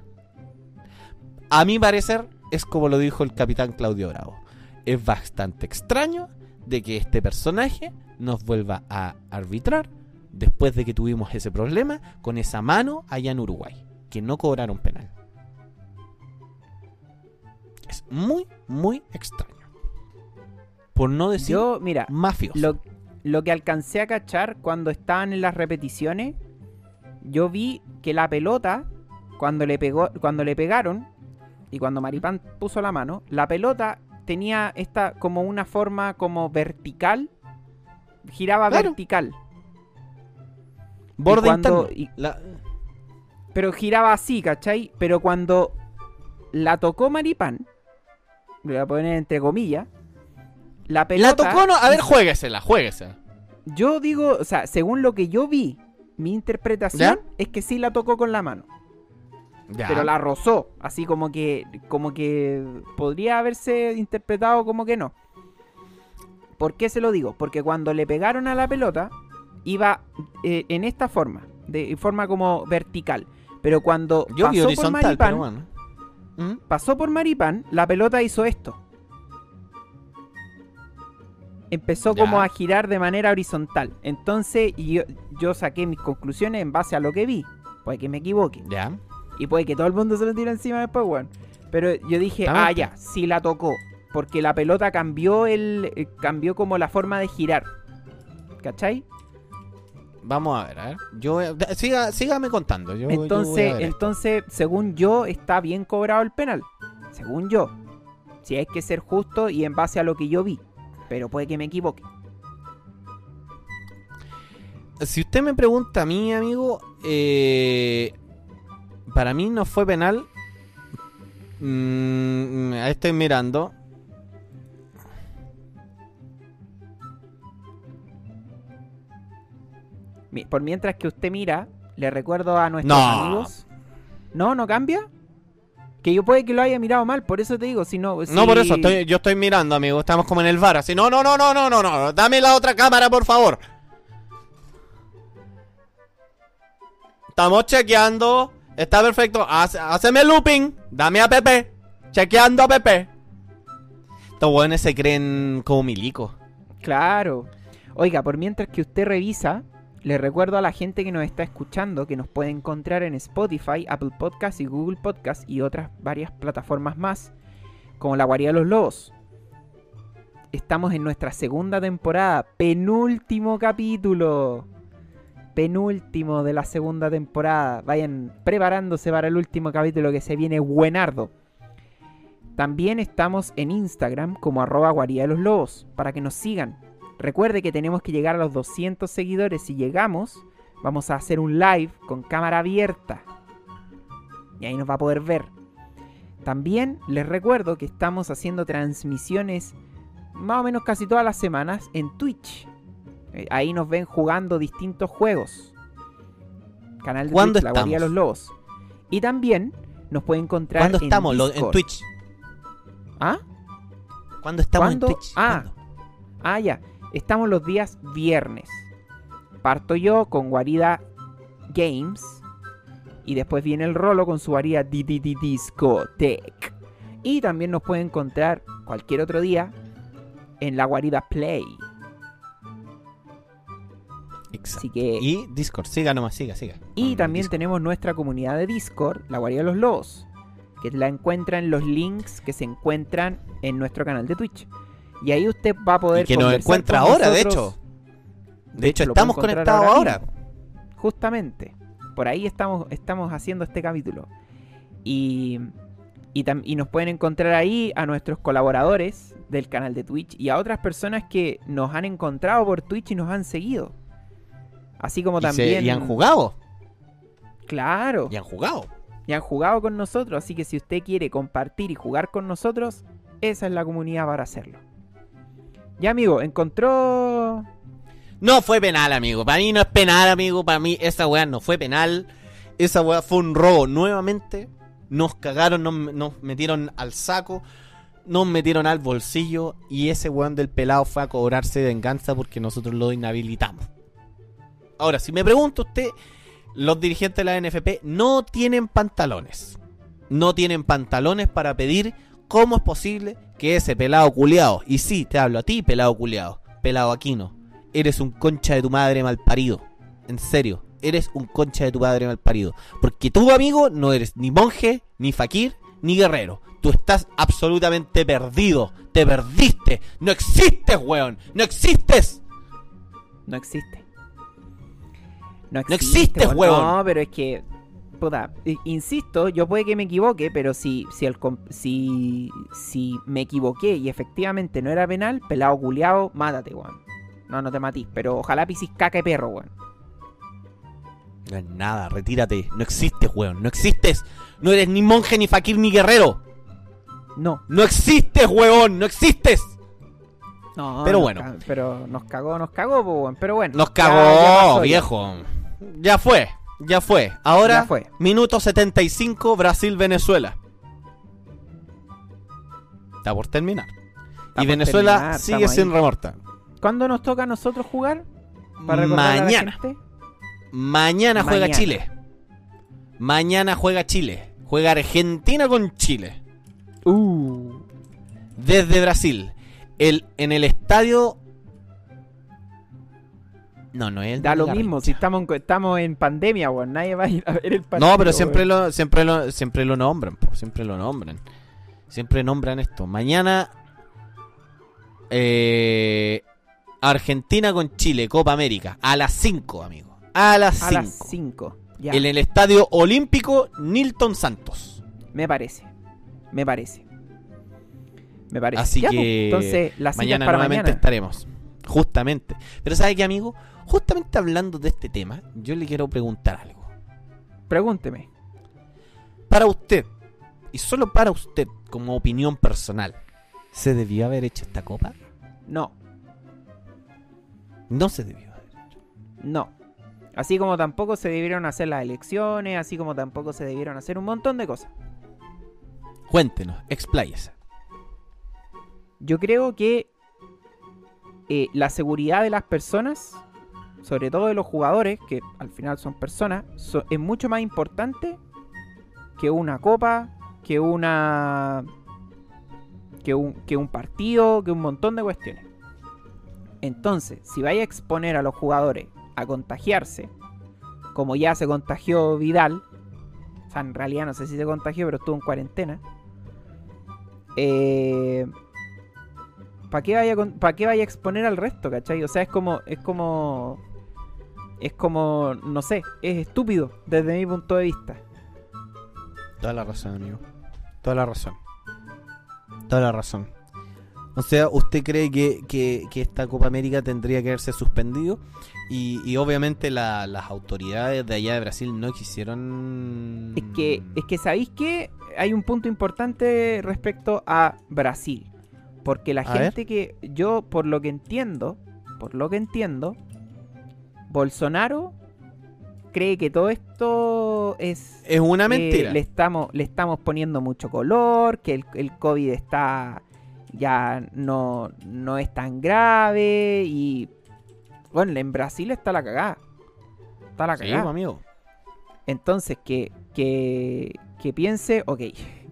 A mi parecer, es como lo dijo el capitán Claudio Bravo. Es bastante extraño de que este personaje nos vuelva a arbitrar después de que tuvimos ese problema con esa mano allá en Uruguay, que no cobraron penal. Es muy, muy extraño. Por no decir Yo, mira, mafioso. lo, lo que alcancé a cachar cuando estaban en las repeticiones, yo vi que la pelota, cuando le pegó, cuando le pegaron, y cuando Maripán puso la mano, la pelota tenía esta como una forma como vertical, giraba Claro. vertical, Borde y cuando- interno. y- La- pero giraba así, ¿cachai? Pero cuando la tocó Maripán, le voy a poner entre comillas, la pelota... La tocó, no. A ver, hizo- juéguesela, juéguesela. Yo digo, o sea, según lo que yo vi, mi interpretación ¿Ya? es que sí la tocó con la mano, Ya. pero la rozó, así como que como que podría haberse interpretado como que no. ¿Por qué se lo digo? Porque cuando le pegaron a la pelota iba eh, en esta forma, de forma como vertical, pero cuando Yo vi pasó por horizontal, Maripán, pero bueno. ¿Mm? pasó por Maripán, la pelota hizo esto. Empezó Ya. como a girar de manera horizontal. Entonces yo, yo saqué mis conclusiones en base a lo que vi. Puede que me equivoque. Ya. Y puede que todo el mundo se lo tire encima después, weón. Pero yo dije, Ah, ah, ok. ya, sí la tocó. Porque la pelota cambió el. eh, cambió como la forma de girar. ¿Cachai? Vamos a ver, a ver. Yo voy a- siga, sígame contando. Yo, yo voy a Entonces, ver esto. entonces, según yo, está bien cobrado el penal. Según yo. Si hay que ser justo y en base a lo que yo vi. Pero puede que me equivoque. Si usted me pregunta a mí, amigo, eh, para mí no fue penal. Mm, ahí estoy mirando. Mi- Por mientras que usted mira, le recuerdo a nuestros No. amigos. No, no cambia. Que yo puede que lo haya mirado mal, por eso te digo, si no. No, si- por eso, estoy- yo estoy mirando, amigo. Estamos como en el V A R. Así, no, no, no, no, no, no, no. Dame la otra cámara, por favor. Estamos chequeando. Está perfecto. Hace- Haceme looping. Dame a Pepe. Chequeando a Pepe. Estos hueones se creen como milicos. Claro. Oiga, por mientras que usted revisa, le recuerdo a la gente que nos está escuchando que nos puede encontrar en Spotify, Apple Podcasts y Google Podcasts y otras varias plataformas más, como La Guarida de los Lobos. Estamos en nuestra segunda temporada, penúltimo capítulo. Penúltimo de la segunda temporada. Vayan preparándose para el último capítulo que se viene buenardo. También estamos en Instagram como arroba Guarida de los Lobos, para que nos sigan. Recuerde que tenemos que llegar a los doscientos seguidores. Si llegamos, vamos a hacer un live con cámara abierta. Y ahí nos va a poder ver. También les recuerdo que estamos haciendo transmisiones más o menos casi todas las semanas en Twitch. Eh, ahí nos ven jugando distintos juegos. Canal de ¿Cuándo Twitch, La Guarida de los estamos? Lobos. Y también nos pueden encontrar ¿Cuándo en estamos? Lo- en Discord. Twitch. ¿Ah? ¿Cuándo estamos ¿Cuándo? en Twitch? Ah. ¿Cuándo? Ah, ya. Estamos los días viernes. Parto yo con Guarida Games. Y después viene el Rolo con su Guarida D D D Discotech. Y también nos pueden encontrar cualquier otro día en la Guarida Play. Exacto. Así que... Y Discord, siga nomás, siga, siga. Y Con también Discord. tenemos nuestra comunidad de Discord, La Guarida de los Lobos, que la encuentran en los links que se encuentran en nuestro canal de Twitch. Y ahí usted va a poder Y que nos conversar encuentra con ahora, de nosotros. hecho. De hecho, lo puede estamos encontrar conectados ahora. mismo. Justamente. Por ahí estamos, estamos haciendo este capítulo. Y, y, tam- y nos pueden encontrar ahí a nuestros colaboradores del canal de Twitch y a otras personas que nos han encontrado por Twitch y nos han seguido. Así como Y, se- también... y han jugado. Claro. Y han jugado. Y han jugado con nosotros. Así que si usted quiere compartir y jugar con nosotros, esa es la comunidad para hacerlo. Ya, amigo, encontró... No fue penal, amigo. Para mí no es penal, amigo. Para mí esa weá no fue penal. Esa weá fue un robo nuevamente. Nos cagaron, nos, nos metieron al saco. Nos metieron al bolsillo. Y ese weón del pelado fue a cobrarse venganza porque nosotros lo inhabilitamos. Ahora, si me pregunta usted, los dirigentes de la N F P no tienen pantalones. No tienen pantalones para pedir cómo es posible que ese pelado culiao, y sí, te hablo a ti, pelado culiao, pelado Aquino, eres un concha de tu madre malparido. En serio, eres un concha de tu madre malparido. Porque tú, amigo, no eres ni monje, ni fakir, ni guerrero. Tú estás absolutamente perdido. Te perdiste. No existes, weón. No existes. No existe. No No existe, weón. huevón. No, pero es que... Puta, i- insisto, yo puede que me equivoque, pero si, si, el, com- si, si me equivoqué y efectivamente no era penal, pelado culiao, mátate, weón. No, no te matís, pero ojalá pisis caca de perro, weón. No es nada, retírate. No existes, weón. No existes. No eres ni monje, ni fakir, ni guerrero. No. No existes, weón. No existes. No, Pero nos bueno. ca- pero nos cagó, nos cagó, po, weón. Pero bueno. Nos ya- cagó, ya pasó, ya. viejo. Ya fue. Ya fue. Ahora, Ya fue. minuto setenta y cinco, Brasil-Venezuela. Está por terminar. por Y Venezuela terminar, sigue estamos sin ahí. remontar. ¿Cuándo nos toca a nosotros jugar? Para recordar a la Mañana. gente. Mañana juega Mañana. Chile. Mañana juega Chile. Juega Argentina con Chile. Uh. Desde Brasil. El, en el estadio... No, no es el Da de lo Garrincha. mismo, si estamos en, estamos en pandemia, weón. Nadie va a ir a ver el partido. No, pero siempre weón. lo, siempre lo, siempre lo nombran, po, siempre lo nombran. Siempre nombran esto. Mañana eh, Argentina con Chile, Copa América, a las cinco, amigo. A las A las cinco. cinco. Ya. En el Estadio Olímpico Nilton Santos. Me parece. Me parece. Me parece. Así Ya, que pues, entonces, la cita mañana es para nuevamente mañana. estaremos. Justamente. Pero ¿sabe qué, amigo? Justamente hablando de este tema, yo le quiero preguntar algo. Pregúnteme. Para usted, y solo para usted, como opinión personal, ¿se debió haber hecho esta copa? No, No se debió haber. no. Así como tampoco se debieron hacer las elecciones, así como tampoco se debieron hacer un montón de cosas. Cuéntenos, expláyese. Yo creo que eh, la seguridad de las personas, sobre todo de los jugadores, que al final son personas, so- es mucho más importante que una copa que una que un, que un partido, que un montón de cuestiones. Entonces, si vais a exponer a los jugadores a contagiarse, como ya se contagió Vidal, o sea, en realidad no sé si se contagió, pero estuvo en cuarentena, eh, ¿para qué vaya con- ¿para qué vaya a exponer al resto, cachai? O sea, es como, es como, es como, no sé, es estúpido desde mi punto de vista. Toda la razón, amigo. Toda la razón. Toda la razón. O sea, ¿usted cree que, que, que esta Copa América tendría que haberse suspendido? Y, y obviamente la- las autoridades de allá de Brasil no quisieron... Es que, es que ¿sabéis qué? Hay un punto importante respecto a Brasil. Porque la A gente que yo, por lo que entiendo, por lo que entiendo, Bolsonaro cree que todo esto es... Es una eh, mentira. le, estamos, le estamos poniendo mucho color, que el, el COVID está ya no, no es tan grave y... Bueno, en Brasil está la cagada. Está la Sí, cagada. pues, amigo. Entonces, que, que, que piense, ok.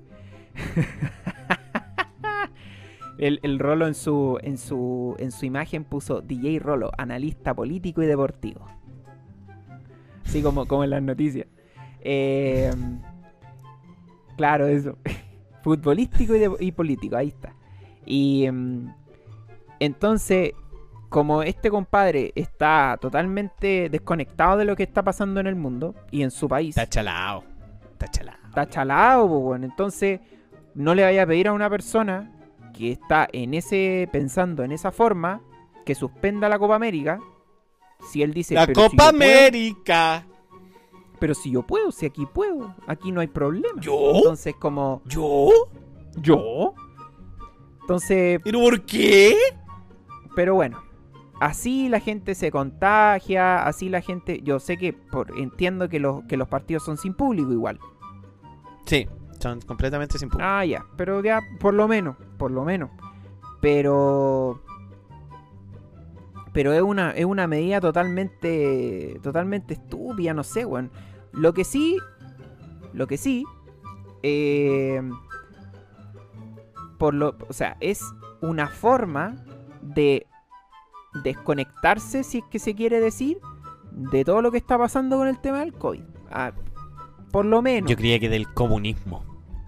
el, el Rolo en su, en, su, en su imagen puso D J Rolo, analista político y deportivo. Así como, como en las noticias. Eh, claro, eso. Futbolístico y, de- y político, ahí está. Y em, entonces, como este compadre está totalmente desconectado de lo que está pasando en el mundo y en su país, Está chalao. Está chalao. está chalado, pues, bueno. Entonces no le vaya a pedir a una persona que está en ese pensando en esa forma que suspenda la Copa América si él dice La "Pero si Copa yo puedo, América. pero si yo puedo, si aquí puedo, aquí no hay problema". ¿Yo? Entonces como ¿Yo? yo, entonces, ¿Pero por qué? pero bueno, así la gente se contagia, así la gente, yo sé que por, entiendo que los que los partidos son sin público igual. Sí, son completamente sin público. Ah, ya, pero ya, por lo menos, por lo menos. Pero... Pero es una, es una medida totalmente, totalmente estúpida, no sé, weón. Lo que sí, lo que sí, eh, por lo, o sea, es una forma de desconectarse, si es que se quiere decir, de todo lo que está pasando con el tema del COVID. Ah, por lo menos. Yo creía que del comunismo.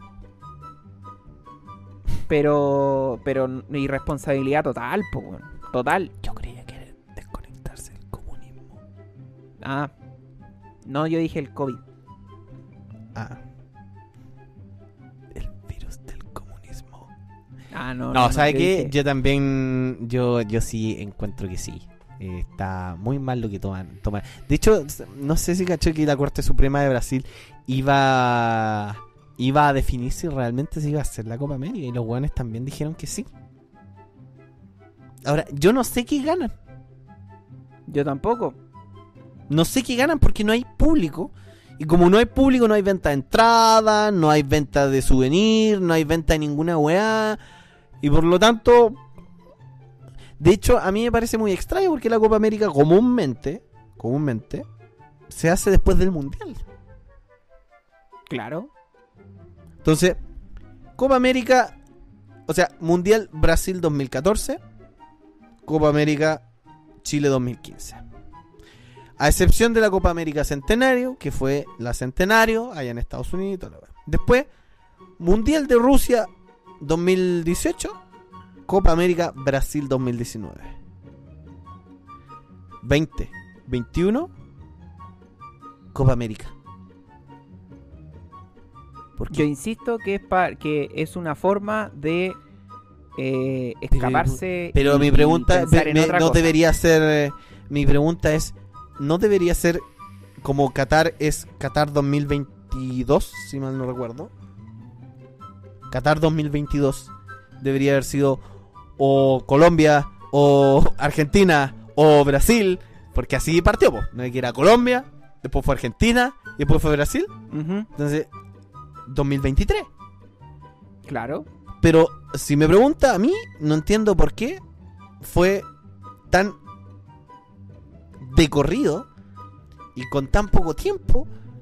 Pero, pero irresponsabilidad total, po, weón. Total. Yo creía que era desconectarse del comunismo. Ah, no, yo dije el COVID. Ah. El virus del comunismo. Ah, no. No, ¿sabe yo qué? dije- Yo también, yo, yo sí encuentro que sí. Eh, está muy mal lo que toman, toman. De hecho, no sé si caché que la Corte Suprema de Brasil iba, iba a definir si realmente se iba a hacer la Copa América. Y los hueones también dijeron que sí. Ahora, yo no sé qué ganan. Yo tampoco. No sé qué ganan porque no hay público. Y como no hay público, no hay venta de entrada, no hay venta de souvenir, no hay venta de ninguna weá. Y por lo tanto, de hecho, a mí me parece muy extraño porque la Copa América comúnmente, comúnmente, se hace después del Mundial. Claro. Entonces, Copa América, o sea, Mundial Brasil dos mil catorce, Copa América Chile dos mil quince. A excepción de la Copa América Centenario, que fue la Centenario, allá en Estados Unidos y todo lo demás. Después, Mundial de Rusia dos mil dieciocho, Copa América Brasil dos mil diecinueve. veinte veintiuno, Copa América. ¿Por Yo qué? insisto que es pa- que es una forma de eh, escaparse. Pero y- mi y pregunta pensar me- en me- otra no cosa. debería ser. eh, Mi pregunta es: ¿no debería ser como Qatar es Qatar dos mil veintidós, si mal no recuerdo? Qatar dos mil veintidós debería haber sido o Colombia, o Argentina, o Brasil, porque así partió, po. No es que era Colombia, después fue Argentina, y después fue Brasil. Ujú, Entonces, dos mil veintitrés. claro. Pero si me pregunta a mí, no entiendo por qué fue tan de corrido y con tan poco tiempo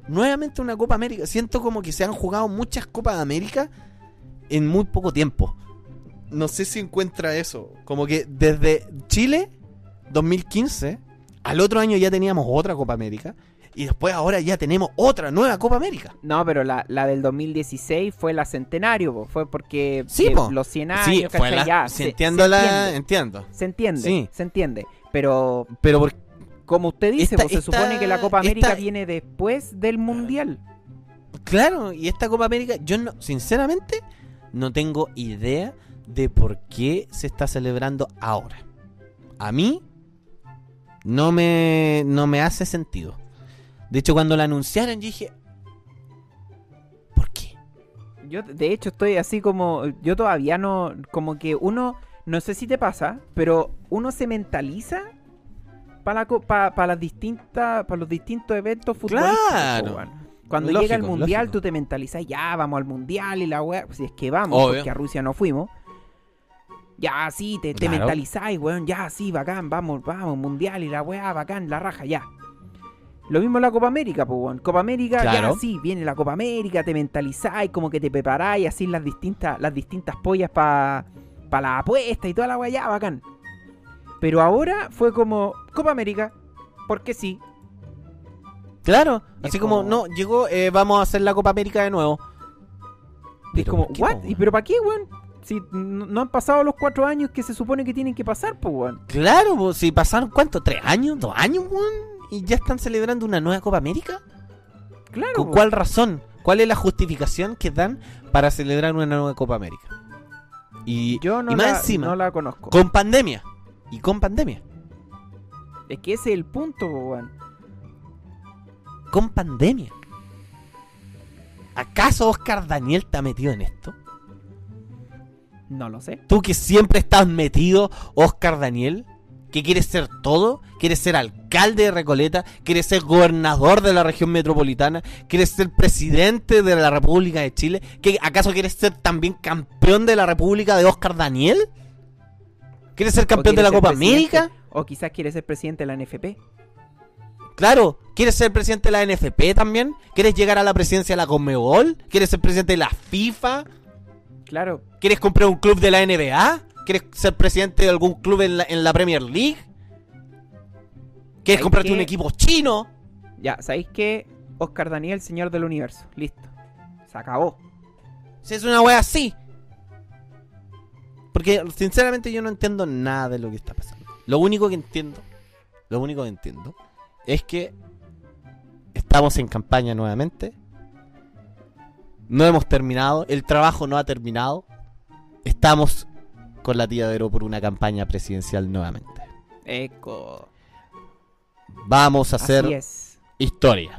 Nuevamente una Copa América. Siento como que se han jugado muchas Copas América en muy poco tiempo. No sé si encuentra eso. Como que desde Chile, dos mil quince, al otro año ya teníamos otra Copa América. Y después ahora ya tenemos otra nueva Copa América. No, pero la, la del dos mil dieciséis fue la centenario, po. Fue porque Sí, eh, po. los cien años, Sí, fue ¿cachai? la... Ya, si se- entiendo se la... entiende. Entiendo. Se entiende, Sí. se entiende. Pero Pero por... como usted dice, Esta- pues, se esta- supone que la Copa América esta- viene después del Mundial. Claro, y esta Copa América, yo no, sinceramente, no tengo idea de por qué se está celebrando ahora. A mí no me, no me hace sentido. De hecho, cuando la anunciaron, yo dije, ¿por qué? Yo, de hecho, estoy así como. Yo todavía no. Como que uno. No sé si te pasa, pero uno se mentaliza para pa, pa las distintas. Para los distintos eventos futbolísticos. Claro. po, weón. Cuando Lógico, llega el mundial, lógico. tú te mentalizas, ya vamos al mundial y la weá. Si es que vamos, Obvio. porque a Rusia no fuimos. Ya, sí, te, te Claro. mentalizáis, weón. Ya, sí, bacán, vamos, vamos, mundial y la weá, bacán, la raja, ya. Lo mismo en la Copa América, pues, weón. Copa América, Claro. ya, sí, viene la Copa América, te mentalizáis, como que te preparáis, así las distintas, las distintas pollas para pa la apuesta y toda la weá, ya, bacán. Pero ahora fue como Copa América, porque sí. Claro, Y así es como, como- no, llegó, eh, vamos a hacer la Copa América de nuevo. Y es Pero como, ¿por qué, ¿what? po, ¿Y weón? pero para qué, weón? Si no no han pasado los cuatro años que se supone que tienen que pasar, pues, weón. Claro, pues, si pasaron, ¿cuánto? ¿Tres años? ¿Dos años, weón? ¿Y ya están celebrando una nueva Copa América? Claro, ¿Con po. cuál razón? ¿Cuál es la justificación que dan para celebrar una nueva Copa América? Y, Yo no, y más la, encima, no la conozco. con pandemia. Y con pandemia. Es que ese es el punto, po, weón. Con pandemia. ¿Acaso Oscar Daniel está metido en esto? No lo sé. Tú que siempre estás metido, Oscar Daniel, que quieres ser todo, quieres ser alcalde de Recoleta, quieres ser gobernador de la región metropolitana, quieres ser presidente de la República de Chile, ¿que acaso quieres ser también campeón de la República de Oscar Daniel? ¿Quieres ser campeón O de la quiere Copa ser presidente, América? O quizás quiere ser presidente de la N F P. Claro, ¿quieres ser presidente de la N F P también? ¿Quieres llegar a la presidencia de la Conmebol? ¿Quieres ser presidente de la FIFA? Claro. ¿Quieres comprar un club de la N B A? ¿Quieres ser presidente de algún club en la, en la Premier League? ¿Quieres ¿Sabes comprarte qué? un equipo chino? Ya, ¿sabéis qué? Oscar Daniel, señor del universo. Listo. Se acabó. Si es una wea así. Porque sinceramente yo no entiendo nada de lo que está pasando. Lo único que entiendo, lo único que entiendo es que estamos en campaña nuevamente. No hemos terminado, el trabajo no ha terminado. Estamos con la tía Vero por una campaña presidencial nuevamente. Eco. Vamos a hacer Así es. historia.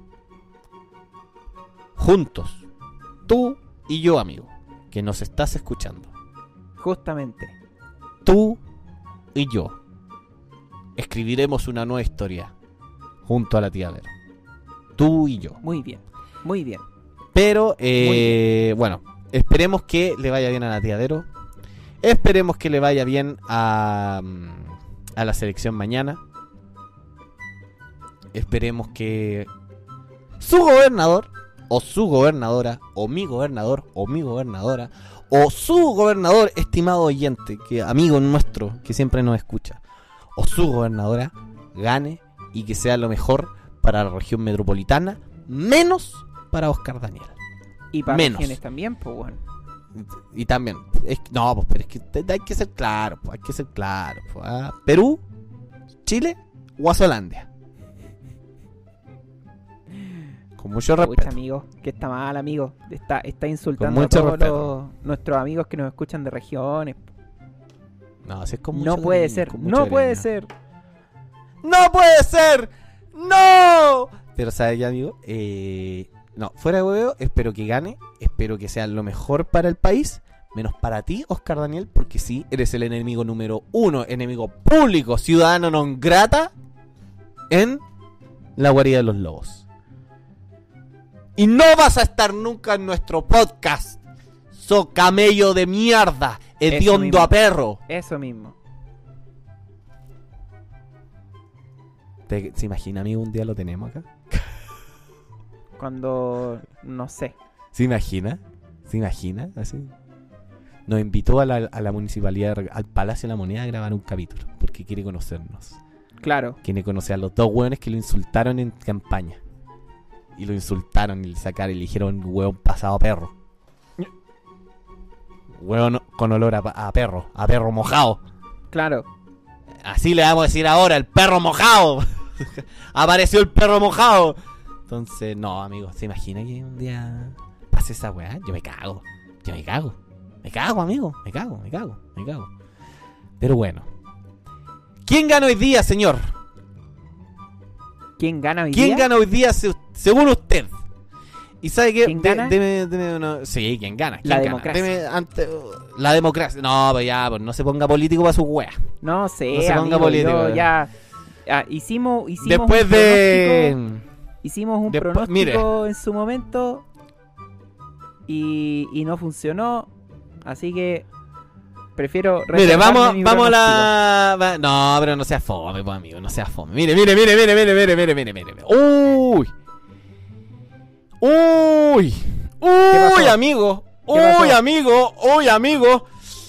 Juntos. Tú y yo, amigo, que nos estás escuchando. Justamente. Tú y yo escribiremos una nueva historia junto a la tía Vero. Tú y yo. Muy bien. Muy bien. Pero, eh, bueno, esperemos que le vaya bien a la tía Vero. Esperemos que le vaya bien a, a la selección mañana. Esperemos que su gobernador, o su gobernadora, o mi gobernador, o mi gobernadora, o su gobernador, estimado oyente, que amigo nuestro, que siempre nos escucha, o su gobernadora, gane y que sea lo mejor para la región metropolitana, menos para Oscar Daniel. Y para Menos. regiones también, pues, bueno. Y también, es, no, pues, pero es que te- hay que ser claro, pues, hay que ser claro. Pues, ¿ah? Perú, Chile, Guasolandia. Con mucho Pucha, respeto. amigo, que está mal, amigo. Está, está insultando Con a mucho todos respeto. los- nuestros amigos que nos escuchan de regiones. No, así es con mucho No puede cariño, ser, con mucho no puede cariño. ser. ¡No puede ser! ¡No! Pero, ¿sabes qué, amigo? Eh, no, fuera de huevo, espero que gane. Espero que sea lo mejor para el país. Menos para ti, Oscar Daniel, porque sí, eres el enemigo número uno, enemigo público, ciudadano non grata en la guarida de los lobos. Y no vas a estar nunca en nuestro podcast. So camello de mierda, hediondo mismo. a perro. Eso mismo. ¿Te, ¿Se imagina, amigo, un día lo tenemos acá? Cuando, no sé. ¿Se imagina? ¿Se imagina? Así. Nos invitó a la, a la municipalidad, al Palacio de la Moneda a grabar un capítulo, porque quiere conocernos. Claro. Quiere conocer a los dos hueones que lo insultaron en campaña. Y lo insultaron y le sacaron y le dijeron hueón pasado a perro. Hueón con olor a, a perro, a perro mojado. Claro. Así le vamos a decir ahora, el perro mojado. Apareció el perro mojado. Entonces, no, amigo, ¿se imagina que un día pase esa weá? Yo me cago, yo me cago. Me cago, amigo, me cago, me cago, me cago. Pero bueno. ¿Quién gana hoy día, señor? ¿Quién gana hoy ¿Quién día? gana hoy día se- según usted? ¿Y sabe qué? ¿Quién De- gana? deme- deme una- Sí, ¿quién gana? ¿Quién La gana? democracia. Deme ante- La democracia. No, pues ya, pues no se ponga político para su wea. No sé, No se ponga amigo, político, yo eh. ya... ah, hicimos, hicimos Después un de... pronóstico- Hicimos un Después- pronóstico en su momento y, y no funcionó, así que prefiero Mire, reservarme vamos, mi vamos a pronóstico. la... va- No, pero no sea fome, pues, amigo, no sea fome. Mire, mire, mire, mire, mire, mire, mire, mire, mire. Uy. Uy. Uy, pasó? amigo. ¿Qué pasó? Uy, amigo. Uy, amigo.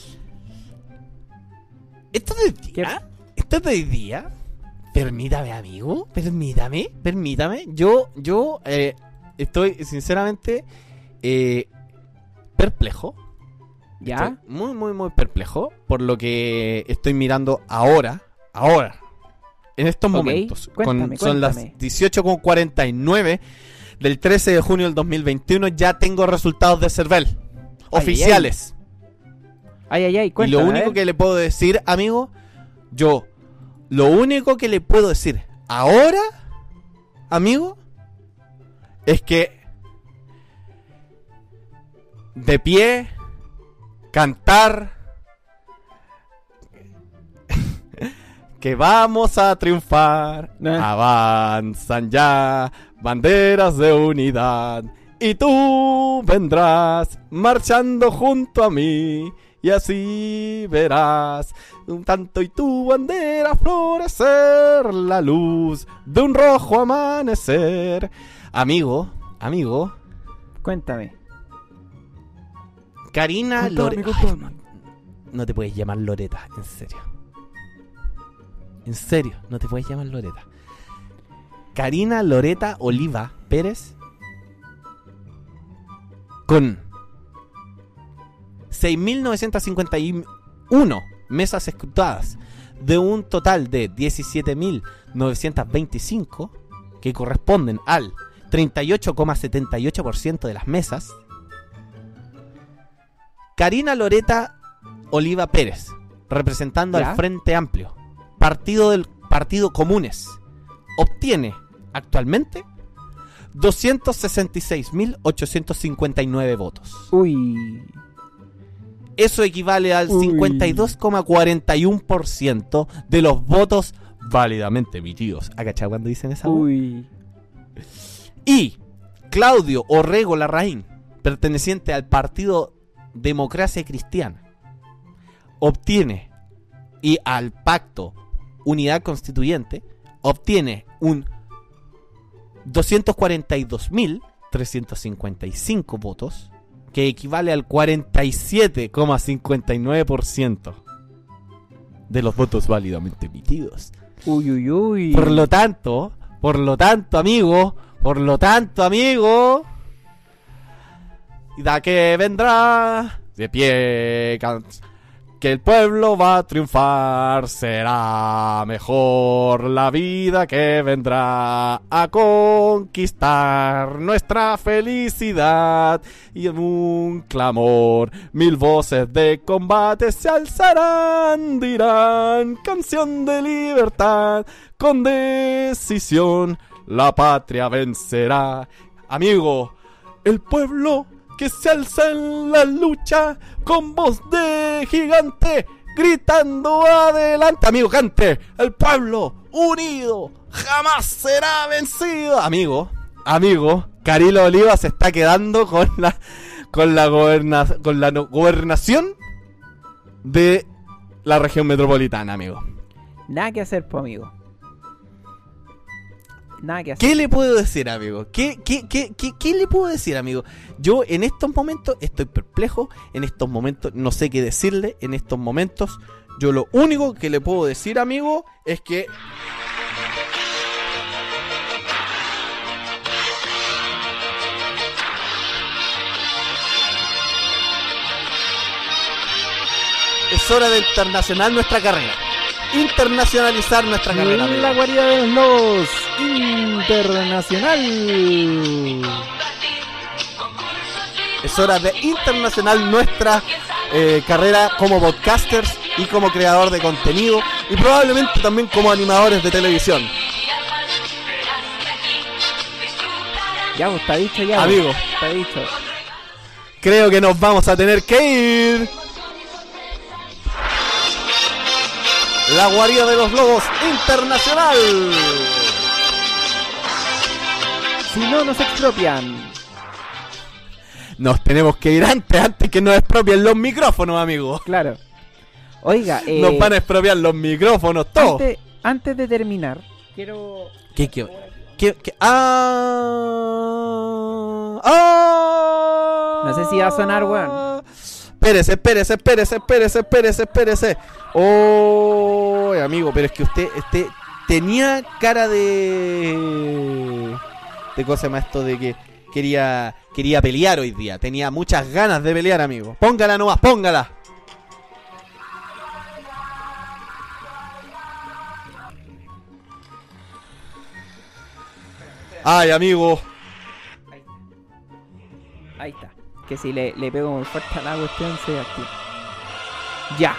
¿Esto es de día? ¿Esto es de día? Permítame, amigo. Permítame, permítame. Yo, yo eh, estoy sinceramente eh, perplejo. ¿Ya? Estoy muy, muy, muy perplejo por lo que estoy mirando ahora, ahora, en estos Ok, momentos. cuéntame, son cuéntame. las dieciocho con cuarenta y nueve del trece de junio del dos mil veintiuno. Ya tengo resultados de CERVEL oficiales. Ay, ay, ay, Y cuéntame. lo a único ver. que le puedo decir, amigo, yo, lo único que le puedo decir ahora, amigo, es que de pie, cantar, que vamos a triunfar, Eh. avanzan ya banderas de unidad, y tú vendrás marchando junto a mí, y así verás un tanto y tu bandera florecer, la luz de un rojo amanecer. Amigo, amigo, Cuéntame. Karina Cuéntame, Loreta. cuéntame. No te puedes llamar Loreta, en serio. En serio, no te puedes llamar Loreta. Karina Loreta Oliva Pérez con seis mil novecientas cincuenta y uno mesas escrutadas de un total de diecisiete mil novecientos veinticinco, que corresponden al treinta y ocho coma setenta y ocho por ciento de las mesas. Karina Loreta Oliva Pérez, representando ¿Ya? al Frente Amplio, partido del Partido Comunes, obtiene actualmente doscientos sesenta y seis mil ochocientos cincuenta y nueve votos. Uy. Eso equivale al Uy. cincuenta y dos coma cuarenta y uno por ciento de los votos válidamente emitidos. ¿Agachado cuando dicen esa voz? Uy. Y Claudio Orrego Larraín, perteneciente al Partido Democracia Cristiana, obtiene, y al Pacto Unidad Constituyente, obtiene un doscientos cuarenta y dos mil trescientos cincuenta y cinco votos, que equivale al cuarenta y siete coma cincuenta y nueve por ciento de los votos válidamente emitidos. Uy, uy, uy. Por lo tanto, por lo tanto, amigo, por lo tanto, amigo, da que vendrá de pie, can- que el pueblo va a triunfar, será mejor la vida que vendrá a conquistar nuestra felicidad, y en un clamor mil voces de combate se alzarán, dirán canción de libertad, con decisión la patria vencerá. Amigo, el pueblo que se alza en la lucha con voz de gigante, gritando adelante. Amigo, cante. El pueblo unido jamás será vencido. Amigo, amigo, Carilo Oliva se está quedando con la con la goberna, con la no- gobernación de la región metropolitana, amigo. Nada que hacer, pues, amigo. nada que hacer. ¿Qué le puedo decir, amigo? ¿Qué, qué, qué, qué, qué le puedo decir, amigo? Yo en estos momentos estoy perplejo, en estos momentos no sé qué decirle, en estos momentos yo lo único que le puedo decir, amigo, es que... Es hora de internacional nuestra carrera. Internacionalizar nuestra carrera, amigo. La guarida de los lobos internacional. Es hora de internacional nuestra eh, carrera como podcasters y como creador de contenido y probablemente también como animadores de televisión. Ya, pues, está dicho ya. Amigo. pues, Está dicho. Creo que nos vamos a tener que ir. La guarida de los lobos internacional. Si no, nos expropian. Nos tenemos que ir antes, antes que nos expropien los micrófonos, amigos. Claro. Oiga, eh, Nos van a expropiar los micrófonos, todos. antes, antes de terminar, quiero... ¿Qué, qué, qué, qué? Ah, ah, No sé si va a sonar, weón. Espérese, espérese, espérese, espérese, espérese, espérese. Oh, amigo, pero es que usted, este, tenía cara de... de cosa más esto de que quería, quería pelear hoy día. Tenía muchas ganas de pelear, amigo. Póngala nomás, póngala. Ay, amigo. Ahí está. Que si le, le pego muy fuerte a la cuestión se activa. Ya.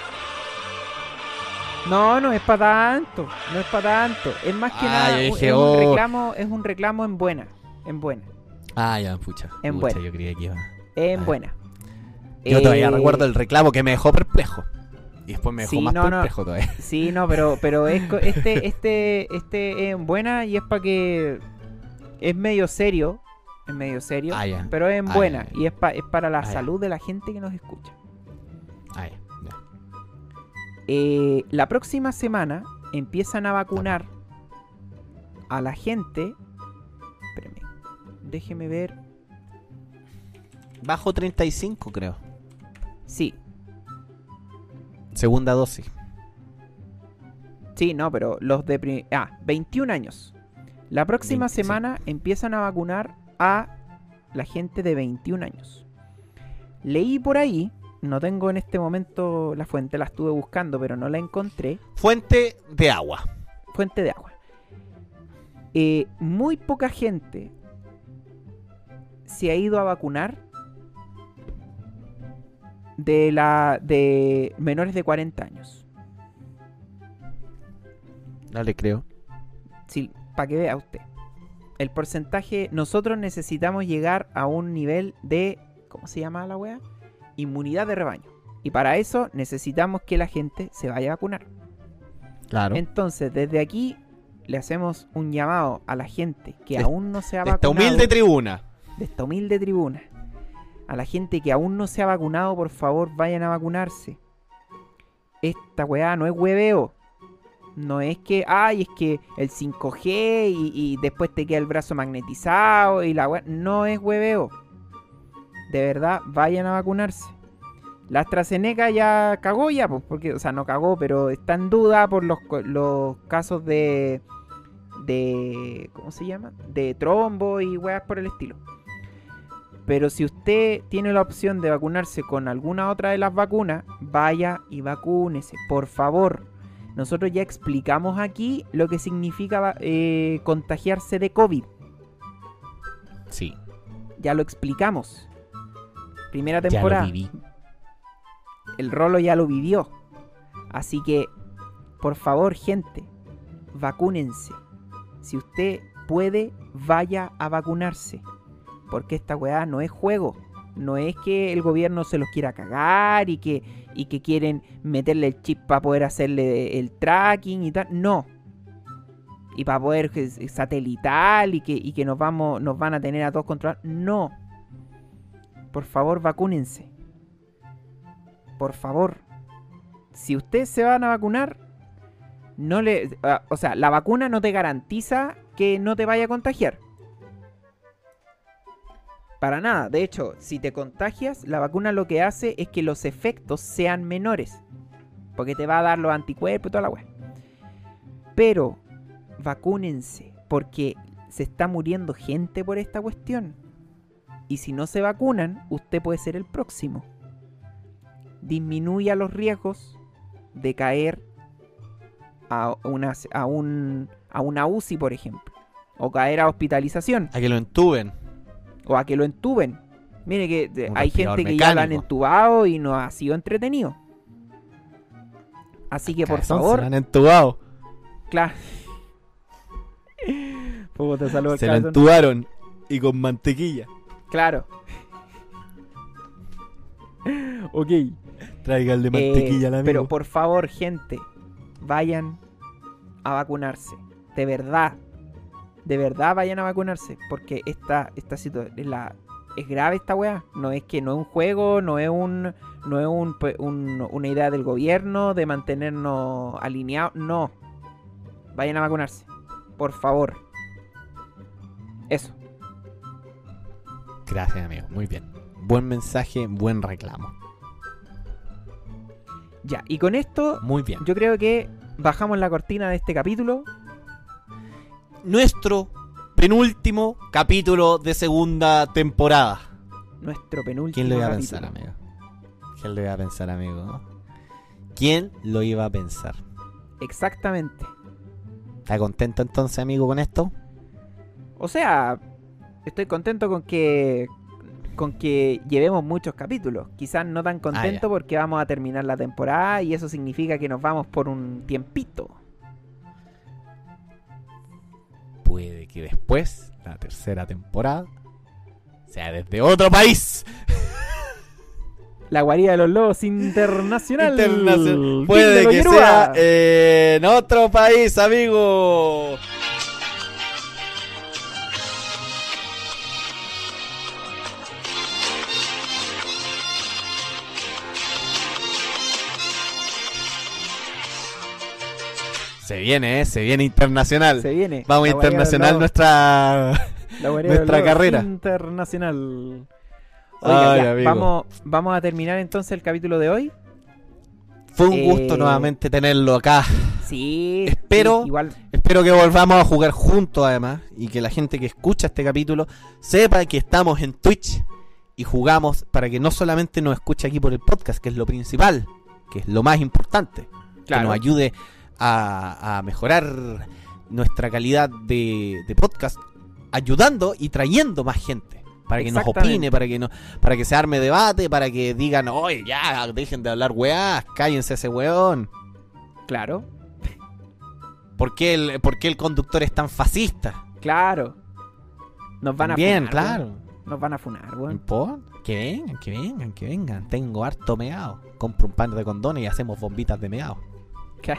No, no es para tanto. No es para tanto. Es más que Ah, nada yo un- dije, es un oh. reclamo, es un reclamo en buena. En buena. Ah, ya, pucha. En pucha, buena. yo creía que iba. En Ah. buena. Yo todavía Eh, recuerdo el reclamo que me dejó perplejo. Y después me dejó sí, más no, no. perplejo todavía. Sí, no, pero, pero es, co- este, este, este es en buena y es para que es medio serio, es medio serio, Ah, ya. pero es en Ah, buena ya, ya. y es, pa- es para la Ah, ya. salud de la gente que nos escucha. Ah, ya, ya. Eh, la próxima semana empiezan a vacunar a la gente. Espérame, déjeme ver. Bajo treinta y cinco, creo. Sí, Segunda dosis. sí, no, pero los de pri- ah, veintiún años. La próxima veinticinco. semana empiezan a vacunar a la gente de veintiún años. Leí por ahí, no tengo en este momento la fuente, la estuve buscando, pero no la encontré. Fuente de agua. Fuente de agua. Eh, muy poca gente se ha ido a vacunar de la de menores de cuarenta años. No le creo. Sí, para que vea usted. El porcentaje, nosotros necesitamos llegar a un nivel de, ¿cómo se llama la wea? Inmunidad de rebaño. Y para eso necesitamos que la gente se vaya a vacunar. Claro. Entonces, desde aquí le hacemos un llamado a la gente que De- aún no se ha De esta vacunado. humilde tribuna. de esta humilde tribuna. A la gente que aún no se ha vacunado, por favor, vayan a vacunarse. Esta weá no es hueveo. No es que, ay, es que el cinco G y, y después te queda el brazo magnetizado y la weá. No es hueveo. De verdad, vayan a vacunarse. La AstraZeneca ya cagó ya, pues, porque, o sea, no cagó, pero está en duda por los, co- los casos de, de, ¿cómo se llama? De trombo y weas por el estilo. Pero si usted tiene la opción de vacunarse con alguna otra de las vacunas, vaya y vacúnese, por favor. Nosotros ya explicamos aquí lo que significa eh, contagiarse de COVID. Sí. Ya lo explicamos. Primera Ya temporada. lo viví. El Rolo ya lo vivió. Así que, por favor, gente, vacúnense. Si usted puede, vaya a vacunarse. Porque esta weá no es juego. No es que el gobierno se los quiera cagar y que, y que quieren meterle el chip para poder hacerle el tracking y tal. No. Y para poder que- satelital y que, y que nos, vamos, nos van a tener a todos controlados. No. Por favor, vacúnense. Por favor. Si ustedes se van a vacunar, no le, ah, o sea, la vacuna no te garantiza que no te vaya a contagiar. Para nada. De hecho, si te contagias, la vacuna lo que hace es que los efectos sean menores. Porque te va a dar los anticuerpos y toda la weá. Pero, vacúnense. Porque se está muriendo gente por esta cuestión. Y si no se vacunan, usted puede ser el próximo. Disminuya los riesgos de caer a una, a un, a una U C I, por ejemplo. O caer a hospitalización. A que lo entuben. O a que lo entuben. Mire que de- Un hay respirador gente que ya lo han mecánico. entubado y no ha sido entretenido. Así que por Cabezón, favor, Se lo han entubado. claro. Puta, saludo al Se lo cabezón. entubaron. Y con mantequilla. Claro. Ok. Tráiganle Eh, mantequilla al amigo. pero por favor, gente, vayan a vacunarse. De verdad. De verdad vayan a vacunarse. Porque esta, esta situación es, la, es grave esta weá. No es que no es un juego, no es un. No es un, pe- un- una idea del gobierno de mantenernos alineados. No. Vayan a vacunarse. Por favor. Eso. Gracias, amigo. Muy bien. Buen mensaje, buen reclamo. Ya. Y con esto, Muy bien. yo creo que bajamos la cortina de este capítulo. Nuestro penúltimo capítulo de segunda temporada. Nuestro penúltimo ¿Quién lo iba a capítulo. pensar, amigo? ¿Quién lo iba a pensar, amigo? ¿Quién lo iba a pensar? Exactamente. ¿Está contento entonces, amigo, con esto? O sea, estoy contento con que con que llevemos muchos capítulos. Quizás no tan contento ya. porque vamos a terminar la temporada y eso significa que nos vamos por un tiempito. Puede que después, la tercera temporada, sea desde otro país. La guarida de los lobos internacional. Internacional. Puede Dímelo, que Yerúa. sea eh, en otro país, amigo. Se viene, ¿eh? Se viene internacional. Se viene. Vamos a La guarida de los internacional lobos. nuestra... La guarida de los nuestra lobos carrera. internacional. Oiga, Ay, ya, amigo. vamos, vamos a terminar entonces el capítulo de hoy. Fue un Eh, gusto nuevamente tenerlo acá. Sí. Espero- sí, igual. Espero que volvamos a jugar juntos además y que la gente que escucha este capítulo sepa que estamos en Twitch y jugamos para que no solamente nos escuche aquí por el podcast, que es lo principal, que es lo más importante, que Claro. nos ayude a, a mejorar nuestra calidad de, de podcast, ayudando y trayendo más gente. Para que nos Exactamente. opine, para que no, para que se arme debate, para que digan, oye, ya, dejen de hablar weás, cállense ese weón. Claro. ¿Por qué el, por qué el conductor es tan fascista? Claro. Nos van Bien, a funar. claro. weón. Nos van a funar, No weón. importa. Que vengan, que vengan, que vengan. Tengo harto meado. Compro un pan de condones y hacemos bombitas de meado. ¿Qué?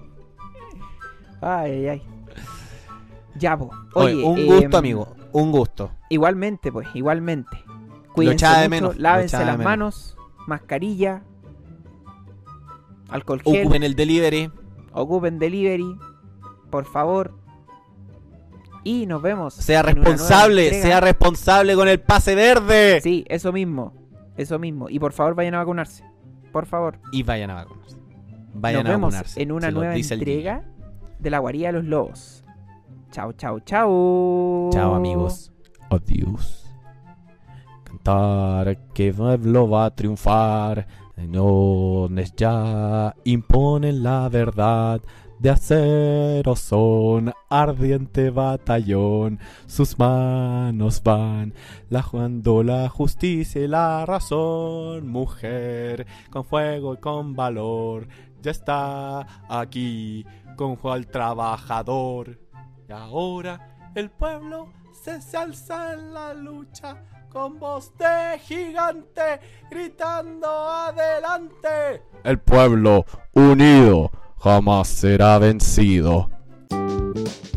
Ay, ay, ay. Ya, po. Oye, Oye, un em, gusto, amigo. Un gusto. Igualmente, pues, igualmente. Cuídense echaba de mucho, menos, lo lávense echaba de las menos. manos, mascarilla, alcohol gel, Ocupen el delivery. ocupen delivery, por favor. Y nos vemos. Sea en una nueva responsable. entrega. Sea responsable con el pase verde. Sí, eso mismo. Eso mismo. Y por favor vayan a vacunarse. Por favor. Y vayan a vacunarse. Vayan Nos a vemos vacunarse. en una se lo nueva dice el entrega niño. de la guarida de los lobos. Chao, chao, chao. Chao, amigos. Adiós. Cantar que el pueblo va a triunfar. Señores ya imponen la verdad. De acero son ardiente batallón. Sus manos van lajuando la justicia y la razón. Mujer con fuego y con valor. Ya está aquí con Juan trabajador. Y ahora el pueblo se, se alza en la lucha con voz de gigante gritando adelante. El pueblo unido jamás será vencido.